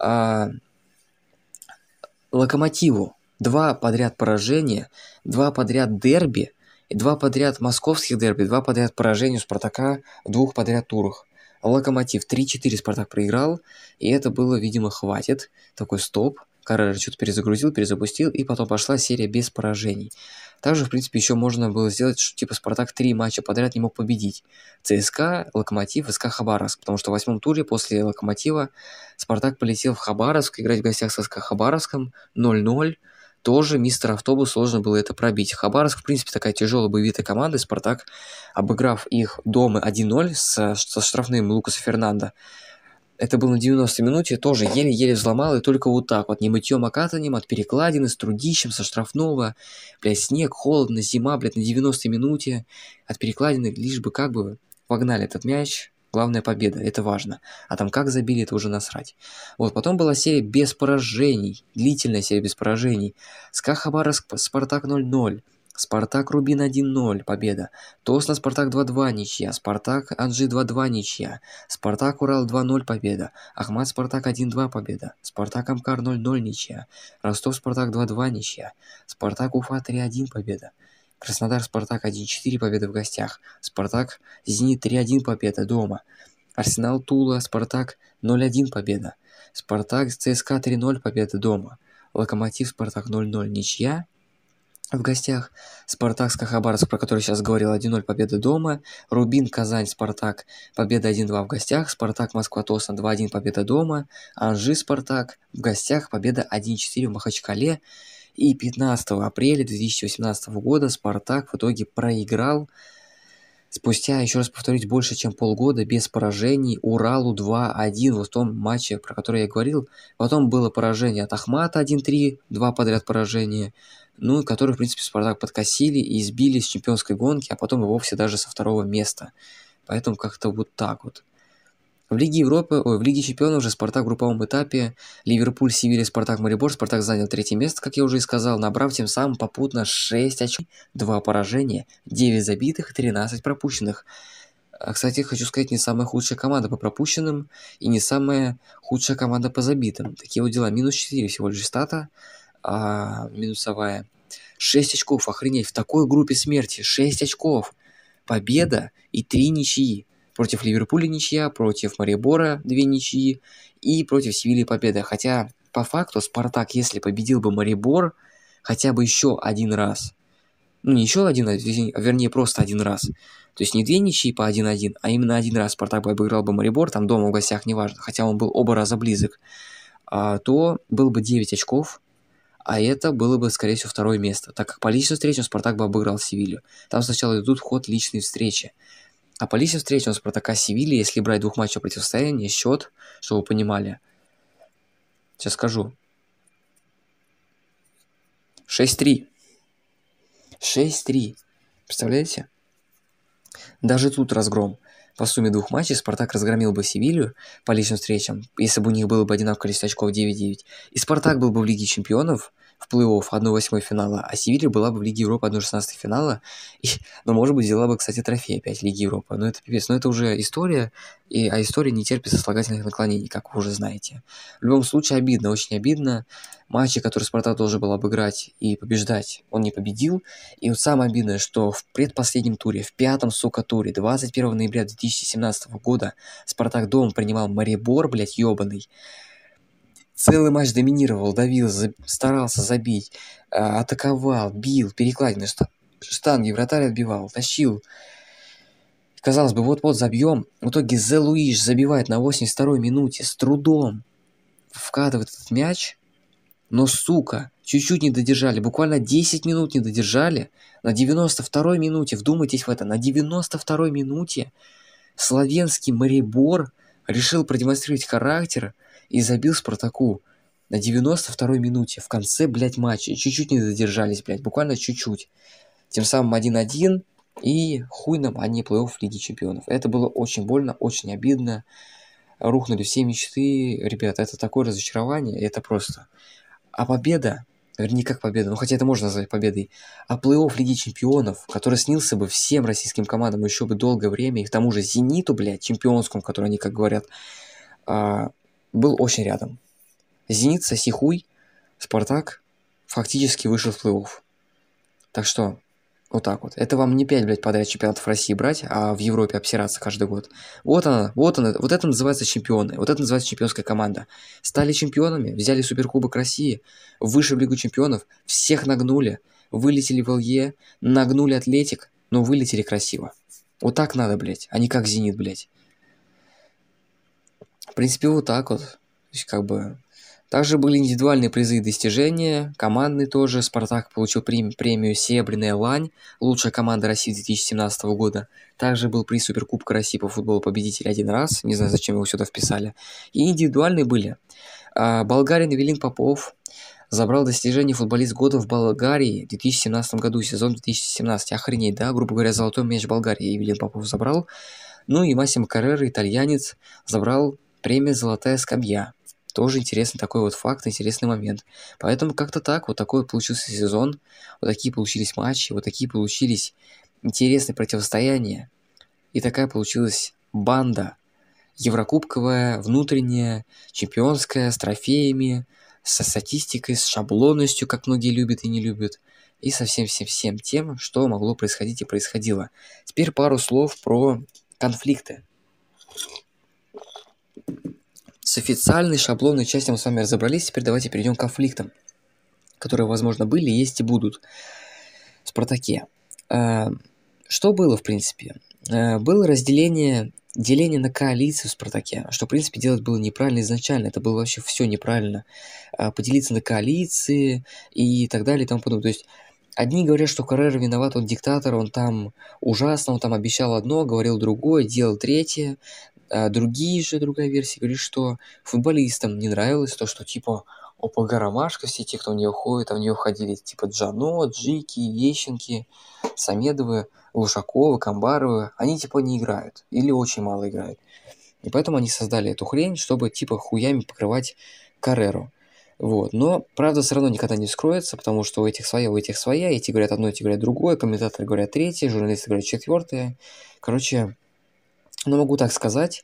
Локомотиву. 2 подряд поражения, 2 подряд дерби, и 2 подряд московских дерби, 2 подряд поражения у Спартака в 2 подряд турах. Локомотив 3-4 Спартак проиграл, и это было, видимо, хватит. Такой стоп. Каррера что-то перезагрузил, перезапустил, и потом пошла серия без поражений. Также, в принципе, еще можно было сделать, что типа Спартак 3 матча подряд не мог победить. ЦСКА, Локомотив, СКА Хабаровск. Потому что в 8-м туре после Локомотива Спартак полетел в Хабаровск играть в гостях с СКА Хабаровском 0-0. Тоже мистер Автобус сложно было это пробить. Хабаровск, в принципе, такая тяжелая боевитая команда. Спартак, обыграв их дома 1-0 со штрафным Лукаса Фернандо, это было на 90-й минуте, тоже еле-еле взломал, и только вот так вот, не мытьем, а катанием, от перекладины, с трудищем, со штрафного, блядь, снег, холодно, зима, блядь, на 90-й минуте, от перекладины, лишь бы как бы вогнали этот мяч. Главная победа, это важно. А там как забили, это уже насрать. Вот, потом была серия без поражений. Длительная серия без поражений. СКА Хабаровск, Спартак 0-0. Спартак Рубин 1-0, победа. Тосно Спартак 2-2, ничья. Спартак Анжи 2-2, ничья. Спартак Урал 2-0, победа. Ахмат Спартак 1-2, победа. Спартак Амкар 0-0, ничья. Ростов Спартак 2-2, ничья. Спартак Уфа 3-1, победа. Краснодар Спартак 1-4, победа в гостях. Спартак Зенит 3-1, победа дома. Арсенал Тула Спартак 0-1, победа. Спартак ЦСКА 3-0, победа дома. Локомотив Спартак 0-0, ничья в гостях. Спартак СКА Хабаровск, про который сейчас говорил, 1-0, победа дома. Рубин Казань Спартак, победа 1-2 в гостях. Спартак Москва Тосно 2-1, победа дома. Анжи Спартак в гостях, победа 1-4 в Махачкале. И 15 апреля 2018 года Спартак в итоге проиграл спустя, еще раз повторюсь, больше чем полгода без поражений Уралу 2-1 вот в том матче, про который я говорил. Потом было поражение от Ахмата 1-3, 2 подряд поражения, ну, которые, в принципе, Спартак подкосили и сбили с чемпионской гонки, а потом и вовсе даже со 2-го места. Поэтому как-то вот так вот. В Лиге Европы, в Лиге Чемпионов уже Спартак в групповом этапе, Ливерпуль, Севилья, Спартак, Марибор. Спартак занял 3-е место, как я уже и сказал, набрав тем самым попутно 6 очков, 2 поражения, 9 забитых и 13 пропущенных. Кстати, хочу сказать, не самая худшая команда по пропущенным и не самая худшая команда по забитым. Такие вот дела. Минус 4 всего лишь стата, минусовая. 6 очков, охренеть, в такой группе смерти 6 очков. Победа и 3 ничьи. Против Ливерпуля ничья, против Марибора 2 ничьи и против Севильи победа. Хотя, по факту, Спартак, если победил бы Марибор хотя бы еще один раз, ну не еще один, а вернее просто один раз, то есть не 2 ничьи по 1-1, а именно один раз Спартак бы обыграл бы Марибор, там дома в гостях, неважно, хотя он был оба раза близок, то было бы 9 очков, а это было бы, скорее всего, 2-е место, так как по личным встречам Спартак бы обыграл Севилью. Там сначала идут в ход личные встречи. А по личным встречам Спартака Севильи, если брать двухматчевое противостояние, счет, чтобы вы понимали, сейчас скажу, 6-3. 6-3. Представляете? Даже тут разгром. По сумме 2 матчей Спартак разгромил бы Севилью по личным встречам, если бы у них было бы одинаковое количество очков 9-9. И Спартак был бы в Лиге Чемпионов, в плей-офф 1/8 финала, а Севилья была бы в Лиге Европы 1/16 финала, но, может быть, взяла бы, кстати, трофей опять Лиги Европы. Но это пипец, но это уже история, а история не терпит сослагательных наклонений, как вы уже знаете. В любом случае, обидно, очень обидно. Матчи, которые Спартак должен был обыграть и побеждать, он не победил. И вот самое обидное, что в предпоследнем туре, в 5-м, сука, туре, 21 ноября 2017 года Спартак дома принимал Марибор, блядь, ёбаный. Целый матч доминировал, давил, старался забить, атаковал, бил, перекладины, штанги, вратарь отбивал, тащил. Казалось бы, вот-вот забьем. В итоге Зе Луиш забивает на 82-й минуте с трудом. Вкатывает этот мяч, но, сука, чуть-чуть не додержали, буквально 10 минут не додержали. На 92-й минуте, вдумайтесь в это, на 92-й минуте Славенский Марибор решил продемонстрировать характер и забил Спартаку на 92-й минуте, в конце, блядь, матча. Чуть-чуть не задержались, блядь, буквально чуть-чуть. Тем самым 1-1, и хуй нам, а не плей-офф Лиги Чемпионов. Это было очень больно, очень обидно. Рухнули все мечты. Ребята, это такое разочарование, это просто. А победа, вернее, как победа, ну хотя это можно назвать победой, а плей-офф Лиги Чемпионов, который снился бы всем российским командам еще бы долгое время, и к тому же Зениту, блядь, чемпионскому, который они, как говорят, был очень рядом. Зенит, соси хуй, Спартак фактически вышел в плей-офф. Так что, вот так вот. Это вам не 5, блядь, подряд чемпионатов России брать, а в Европе обсираться каждый год. Вот она, вот это называется чемпионы, вот это называется чемпионская команда. Стали чемпионами, взяли Суперкубок России, вышли в Лигу Чемпионов, всех нагнули, вылетели в ЛЕ, нагнули Атлетик, но вылетели красиво. Вот так надо, блядь, а не как Зенит, блядь. В принципе, вот так вот. То есть, как бы... Также были индивидуальные призы и достижения, командные тоже. Спартак получил премию «Серебряная лань», лучшая команда России 2017 года. Также был приз Суперкубка России по футболу победитель один раз, не знаю, зачем его сюда вписали. И индивидуальные были. Болгарин Эвелин Попов забрал достижение футболист года в Болгарии в 2017 году, сезон 2017. Охренеть, да? Грубо говоря, золотой мяч Болгарии Эвелин Попов забрал. Ну и Массимо Каррера, итальянец, забрал премию «Золотая скамья». Тоже интересный такой вот факт, интересный момент. Поэтому как-то так, вот такой получился сезон, вот такие получились матчи, вот такие получились интересные противостояния. И такая получилась банда еврокубковая, внутренняя, чемпионская, с трофеями, со статистикой, с шаблонностью, как многие любят и не любят, и со всем тем, что могло происходить и происходило. Теперь пару слов про конфликты. С официальной шаблонной частью мы с вами разобрались, теперь давайте перейдем к конфликтам, которые, возможно, были, есть и будут в «Спартаке». Что было, в принципе? Было деление на коалиции в «Спартаке», что, в принципе, делать было неправильно изначально, это было вообще все неправильно. Поделиться на коалиции и так далее и тому подобное. То есть одни говорят, что Каррера виноват, он диктатор, он там ужасно, он там обещал одно, говорил другое, делал третье. Другая версия говорит, что футболистам не нравилось то, что типа ОПГ Ромашка, все те, кто в нее ходит, а в нее входили типа Джано, Джики, Ещенки, Самедовы, Лушаковы, Камбаровы, они типа не играют или очень мало играют. И поэтому они создали эту хрень, чтобы типа хуями покрывать Карреру. Вот. Но правда все равно никогда не вскроется, потому что у этих своя, эти говорят одно, эти говорят другое, комментаторы говорят третье, журналисты говорят четвертое. Короче, но могу так сказать,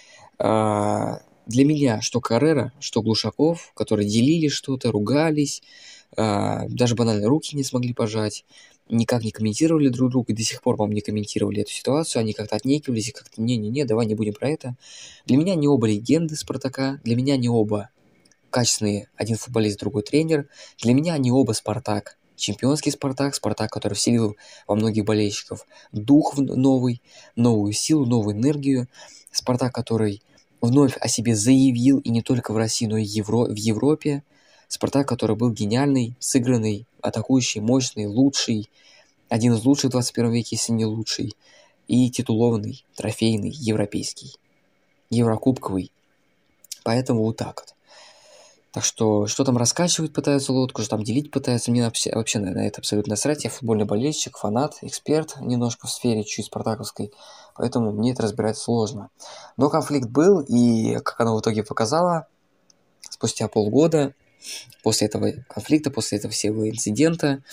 для меня что Каррера, что Глушаков, которые делили что-то, ругались, даже банально руки не смогли пожать, никак не комментировали друг друга, и до сих пор, по-моему, не комментировали эту ситуацию, они как-то отнекивались, и как-то не-не-не, давай не будем про это. Для меня не оба легенды Спартака, для меня не оба качественные, один футболист, другой тренер, для меня они оба Спартак. Чемпионский Спартак, Спартак, который вселил во многих болельщиков дух новый, новую силу, новую энергию. Спартак, который вновь о себе заявил, и не только в России, но и в Европе. Спартак, который был гениальный, сыгранный, атакующий, мощный, лучший, один из лучших в 21 веке, если не лучший, и титулованный, трофейный, европейский, еврокубковый. Поэтому вот так вот. Так что там раскачивать пытаются лодку, что там делить пытаются. Мне вообще на это абсолютно насрать. Я футбольный болельщик, фанат, эксперт немножко в сфере чуть спартаковской. Поэтому мне это разбирать сложно. Но конфликт был, и как оно в итоге показало, спустя полгода, после этого конфликта, после этого всего инцидента,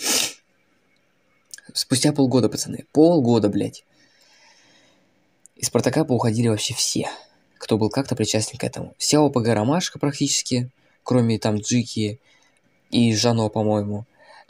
спустя полгода, пацаны, полгода, блядь, из Спартака поуходили вообще все, кто был как-то причастен к этому. Вся ОПГ Ромашка практически, кроме там Джики и Жано, по-моему,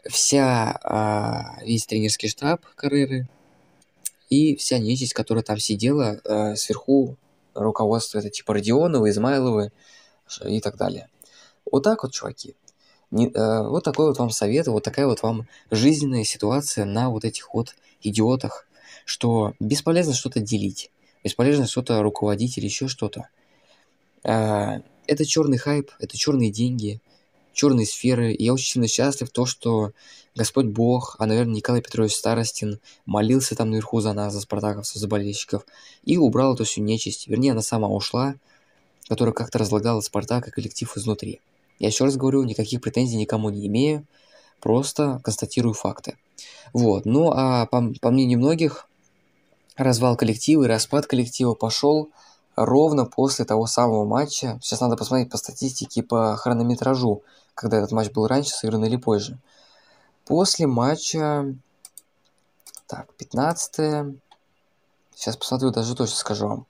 весь тренерский штаб Карреры и вся нечисть, которая там сидела, сверху руководство, это типа Родионова, Измайловы и так далее. Вот так вот, чуваки. Вот такой вот вам совет, вот такая вот вам жизненная ситуация на вот этих вот идиотах, что бесполезно что-то делить, бесполезно что-то руководить или еще что-то. Это черный хайп, это черные деньги, черные сферы. И я очень сильно счастлив то, что Господь Бог, а, наверное, Николай Петрович Старостин молился там наверху за нас, за спартаковцев, за болельщиков, и убрал эту всю нечисть. Вернее, она сама ушла, которая как-то разлагала Спартак и коллектив изнутри. Я еще раз говорю, никаких претензий никому не имею, просто констатирую факты. Вот, ну а по мнению многих, развал коллектива и распад коллектива пошел ровно после того самого матча. Сейчас надо посмотреть по статистике, по хронометражу, когда этот матч был раньше сыгран или позже. После матча, так, 15 сейчас посмотрю, даже точно скажу вам.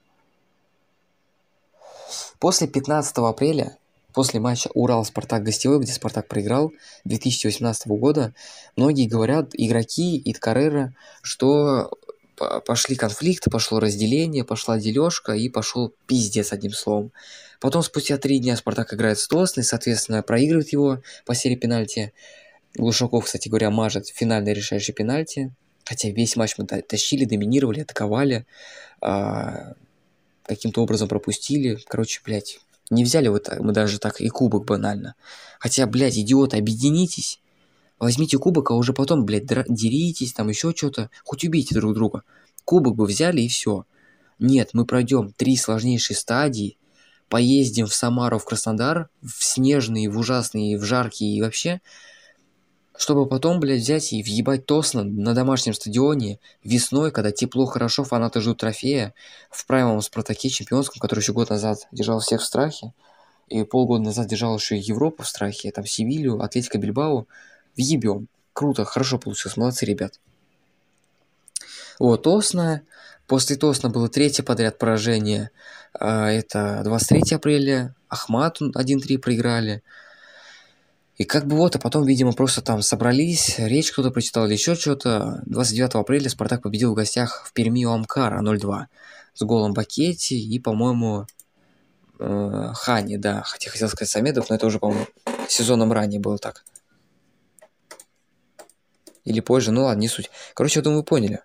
После 15 апреля, после матча Урал-Спартак гостевой, где Спартак проиграл 2018 года, многие говорят, игроки и Ткарера, что пошли конфликты, пошло разделение, пошла дележка и пошел пиздец, одним словом. Потом спустя 3 дня Спартак играет с Тосной, соответственно, проигрывает его по серии пенальти. Глушаков, кстати говоря, мажет финальный решающий пенальти. Хотя весь матч мы тащили, доминировали, атаковали. Каким-то образом пропустили. Короче, блядь, не взяли мы даже так и кубок банально. Хотя, блядь, идиоты, объединитесь. Возьмите кубок, а уже потом, блядь, деритесь, там еще что-то. Хоть убейте друг друга. Кубок бы взяли и все. Нет, мы пройдем 3 сложнейшие стадии. Поездим в Самару, в Краснодар. В снежные, в ужасные, в жаркие и вообще. Чтобы потом, блядь, взять и въебать Тосно на домашнем стадионе весной, когда тепло, хорошо, фанаты ждут трофея, в праймовом Спартаке чемпионском, который еще год назад держал всех в страхе, и полгода назад держал еще и Европу в страхе, там Севилью, Атлетико Бильбао, въебем. Круто, хорошо получилось, молодцы, ребят. Вот, Тосно. После Тосно было 3-е подряд поражение. Это 23 апреля. Ахмат 1-3 проиграли. И как бы вот, а потом, видимо, просто там собрались, речь кто-то прочитал или еще что-то. 29 апреля Спартак победил в гостях в Перми у Амкара 0-2 с голом Бакетти и, по-моему, Хани, да. Хотя хотел сказать Самедов, но это уже, по-моему, сезоном ранее было так. Или позже, ну ладно, не суть. Короче, я думаю, вы поняли.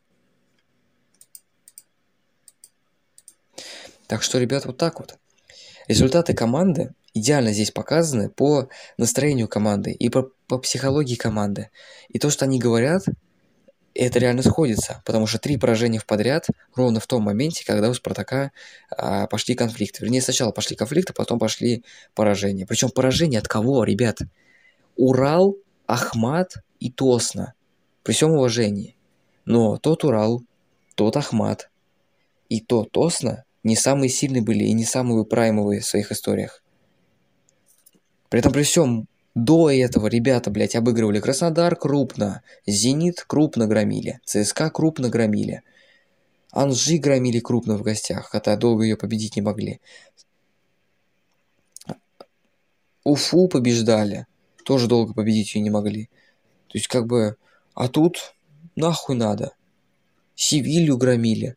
Так что, ребят, вот так вот. Результаты команды идеально здесь показаны по настроению команды и по психологии команды. И то, что они говорят, это реально сходится, потому что 3 поражения в подряд ровно в том моменте, когда у Спартака пошли конфликты. Вернее, сначала пошли конфликты, потом пошли поражения. Причем поражения от кого, ребят? Урал, Ахмат и Тосно. При всем уважении. Но тот Урал, тот Ахмат и тот Тосно не самые сильные были и не самые праймовые в своих историях. При этом при всем до этого ребята, блядь, обыгрывали Краснодар крупно, Зенит крупно громили, ЦСКА крупно громили, Анжи громили крупно в гостях, хотя долго ее победить не могли. Уфу побеждали, тоже долго победить ее не могли. То есть как бы, а тут нахуй надо. Севилью громили.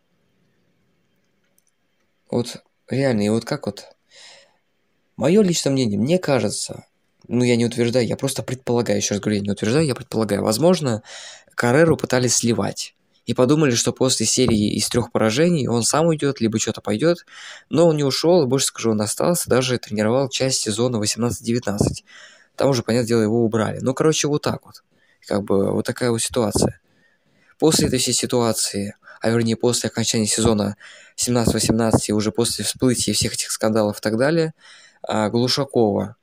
Вот реально, и вот как вот... Мое личное мнение, мне кажется, ну я не утверждаю, я просто предполагаю, еще раз говорю, я не утверждаю, я предполагаю, возможно, Карреру пытались сливать. И подумали, что после серии из 3 поражений он сам уйдет, либо что-то пойдет. Но он не ушел, и больше скажу, он остался, даже тренировал часть сезона 18-19. Там уже, понятное дело, его убрали. Ну, короче, вот так вот. Как бы вот такая вот ситуация. После этой всей ситуации, а вернее после окончания сезона 17-18 и уже после всплытия всех этих скандалов и так далее, Глушакова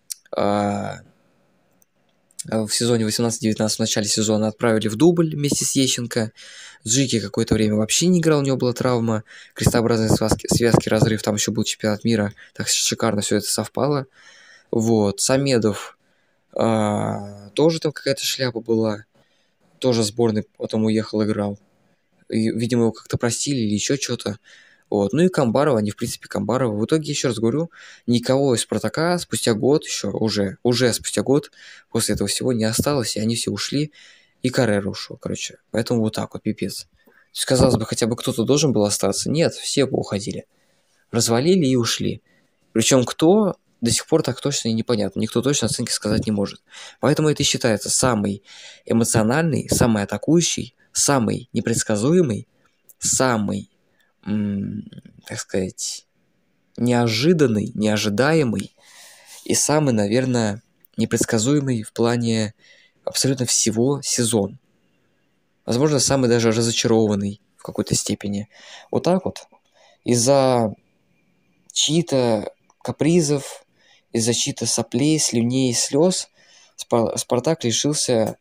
в сезоне 18-19 в начале сезона отправили в дубль вместе с Ещенко. Джики какое-то время вообще не играл, у него была травма, крестообразные связки, разрыв, там еще был чемпионат мира, так шикарно все это совпало. Вот, Самедов тоже там какая-то шляпа была, тоже сборной потом уехал, играл. И, видимо, его как-то простили или еще что-то. Вот. Ну и Камбарова, они, в принципе, Камбарова. В итоге, еще раз говорю, никого из Спартака спустя год, уже спустя год после этого всего не осталось, и они все ушли, и Каррера ушел, короче. Поэтому вот так вот, пипец. То есть, казалось бы, хотя бы кто-то должен был остаться. Нет, все уходили. Развалили и ушли. Причем кто, до сих пор так точно и непонятно. Никто точно оценки сказать не может. Поэтому это и считается самый эмоциональный, самый атакующий, самый непредсказуемый, самый, так сказать, неожиданный, неожидаемый и самый, наверное, непредсказуемый в плане абсолютно всего сезон. Возможно, самый даже разочарованный в какой-то степени. Вот так вот. Из-за чьи-то капризов, из-за чьи-то соплей, слюней и слез Спартак лишился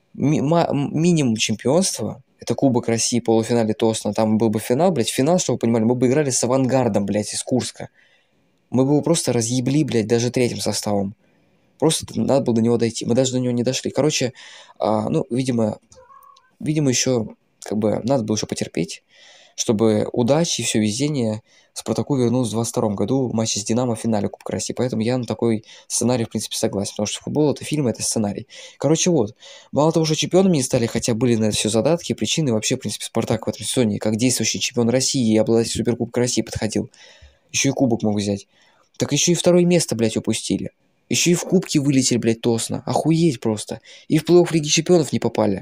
минимум чемпионства. Это Кубок России, полуфинале Тосна. Там был бы финал, блядь. Финал, чтобы вы понимали, мы бы играли с Авангардом, блядь, из Курска. Мы бы его просто разъебли, блядь, даже третьим составом. Просто надо было до него дойти. Мы даже до него не дошли. Короче, видимо, еще как бы надо было еще потерпеть, чтобы удачи и все везение Спартаку вернулось в 22 году в матче с Динамо в финале Кубка России. Поэтому я на такой сценарий, в принципе, согласен. Потому что футбол — это фильм, это сценарий. Короче, вот. Мало того, что чемпионами не стали, хотя были на это все задатки, причины, вообще, в принципе, Спартак в этом сезоне, как действующий чемпион России и обладатель Суперкубка России подходил. Еще и кубок мог взять. Так еще и второе место, блядь, упустили. Еще и в кубке вылетели, блядь, Тосно. Охуеть просто. И в плей-офф Лиги Чемпионов не попали.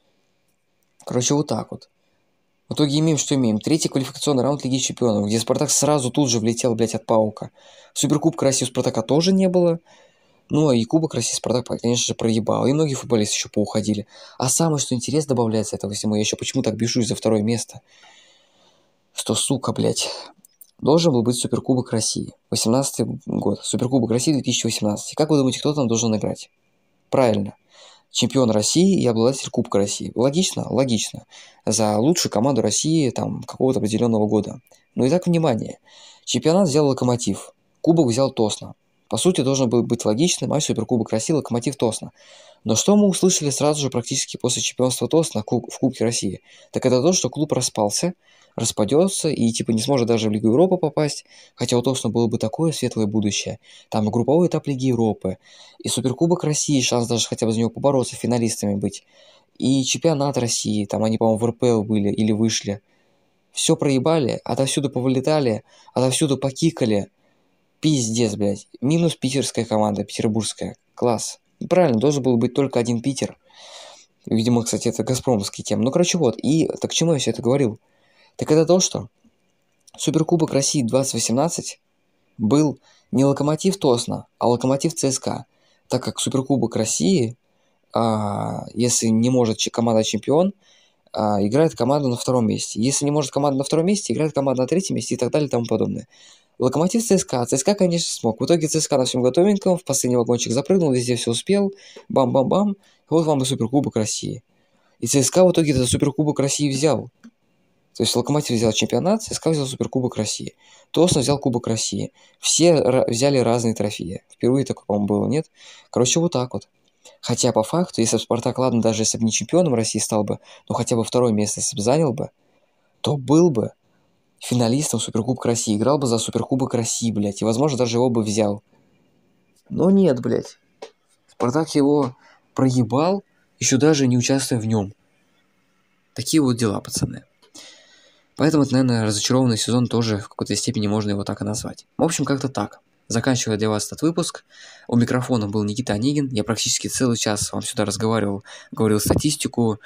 Короче, вот так вот. В итоге имеем, что имеем. Третий квалификационный раунд Лиги Чемпионов, где Спартак сразу тут же влетел, блядь, от Паука. Суперкубка России у Спартака тоже не было. Ну, и Кубок России Спартак, конечно же, проебал. И многие футболисты еще поуходили. А самое, что интересно добавляется этого всему, я еще почему так бешусь за второе место, что, сука, блядь, должен был быть Суперкубок России. 18-й год. Суперкубок России 2018. Как вы думаете, кто там должен играть? Правильно. Чемпион России и обладатель Кубка России. Логично? Логично. За лучшую команду России там какого-то определенного года. Но и так, внимание. Чемпионат взял Локомотив. Кубок взял Тосно. По сути, должен был быть логичный матч Суперкубок России Локомотив Тосно. Но что мы услышали сразу же практически после чемпионства Тосно в Кубке России? Так это то, что клуб распадется и типа не сможет даже в Лигу Европы попасть, хотя у Тосно было бы такое светлое будущее. Там и групповой этап Лиги Европы, и Суперкубок России, шанс даже хотя бы за него побороться, финалистами быть, и чемпионат России, там они, по-моему, в РПЛ были или вышли. Все проебали, отовсюду повылетали, отовсюду покикали. Пиздец, блядь. Минус питерская команда, петербургская. Класс. Правильно, должен был быть только один Питер. Видимо, кстати, это газпромовские темы. Ну, короче, вот. И так к чему я все это говорил? Так это то, что Суперкубок России 2018 был не Локомотив Тосно, а Локомотив ЦСКА. Так как Суперкубок России, если не может команда чемпион, играет команда на втором месте. Если не может команда на втором месте, играет команда на третьем месте и так далее и тому подобное. Локомотив ЦСКА. ЦСКА, конечно, смог. В итоге ЦСКА на всем готовеньком, в последний вагончик запрыгнул, везде все успел. Бам-бам-бам. Вот вам и Суперкубок России. И ЦСКА в итоге этот Суперкубок России взял. То есть Локомотив взял чемпионат, ЦСКА взял Суперкубок России. Тосно взял Кубок России. Все взяли разные трофеи. Впервые такое, по-моему, было, нет? Короче, вот так вот. Хотя по факту, если бы Спартак, ладно, даже если бы не чемпионом России стал бы, но хотя бы второе место если бы занял бы, то был бы финалистом Суперкубка России. Играл бы за Суперкубок России, блядь. И, возможно, даже его бы взял. Но нет, блядь. Спартак его проебал, еще даже не участвуя в нем. Такие вот дела, пацаны. Поэтому это, наверное, разочарованный сезон тоже в какой-то степени можно его так и назвать. В общем, как-то так. Заканчивая для вас этот выпуск, у микрофона был Никита Онегин. Я практически целый час вам сюда разговаривал, говорил статистику,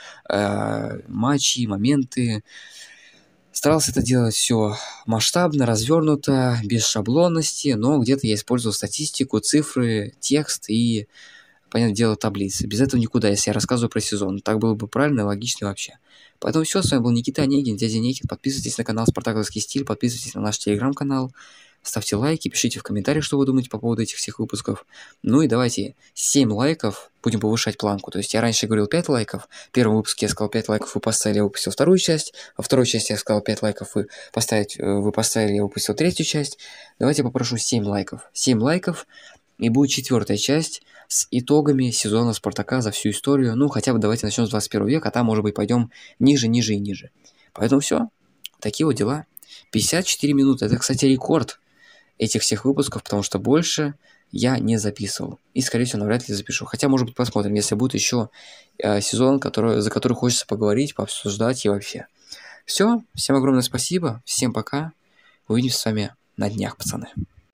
матчи, моменты. Старался это делать все масштабно, развернуто, без шаблонности, но где-то я использовал статистику, цифры, текст и, понятное дело, таблицы. Без этого никуда, если я рассказываю про сезон. Так было бы правильно и логично вообще. Поэтому все, с вами был Никита Онегин, дядя Никит. Подписывайтесь на канал «Спартаковский стиль», подписывайтесь на наш телеграм-канал, ставьте лайки, пишите в комментариях, что вы думаете по поводу этих всех выпусков. Ну и давайте 7 лайков, будем повышать планку. То есть я раньше говорил 5 лайков, в первом выпуске я сказал 5 лайков, вы поставили, я выпустил вторую часть, во второй части я сказал 5 лайков, вы поставили, я выпустил третью часть. Давайте попрошу 7 лайков. 7 лайков, и будет четвертая часть с итогами сезона Спартака за всю историю. Ну, хотя бы давайте начнем с 21 века, а там, может быть, пойдем ниже, ниже и ниже. Поэтому все. Такие вот дела. 54 минуты. Это, кстати, рекорд этих всех выпусков, потому что больше я не записывал. И, скорее всего, навряд ли запишу. Хотя, может быть, посмотрим, если будет еще сезон, за который хочется поговорить, пообсуждать и вообще. Все. Всем огромное спасибо. Всем пока. Увидимся с вами на днях, пацаны.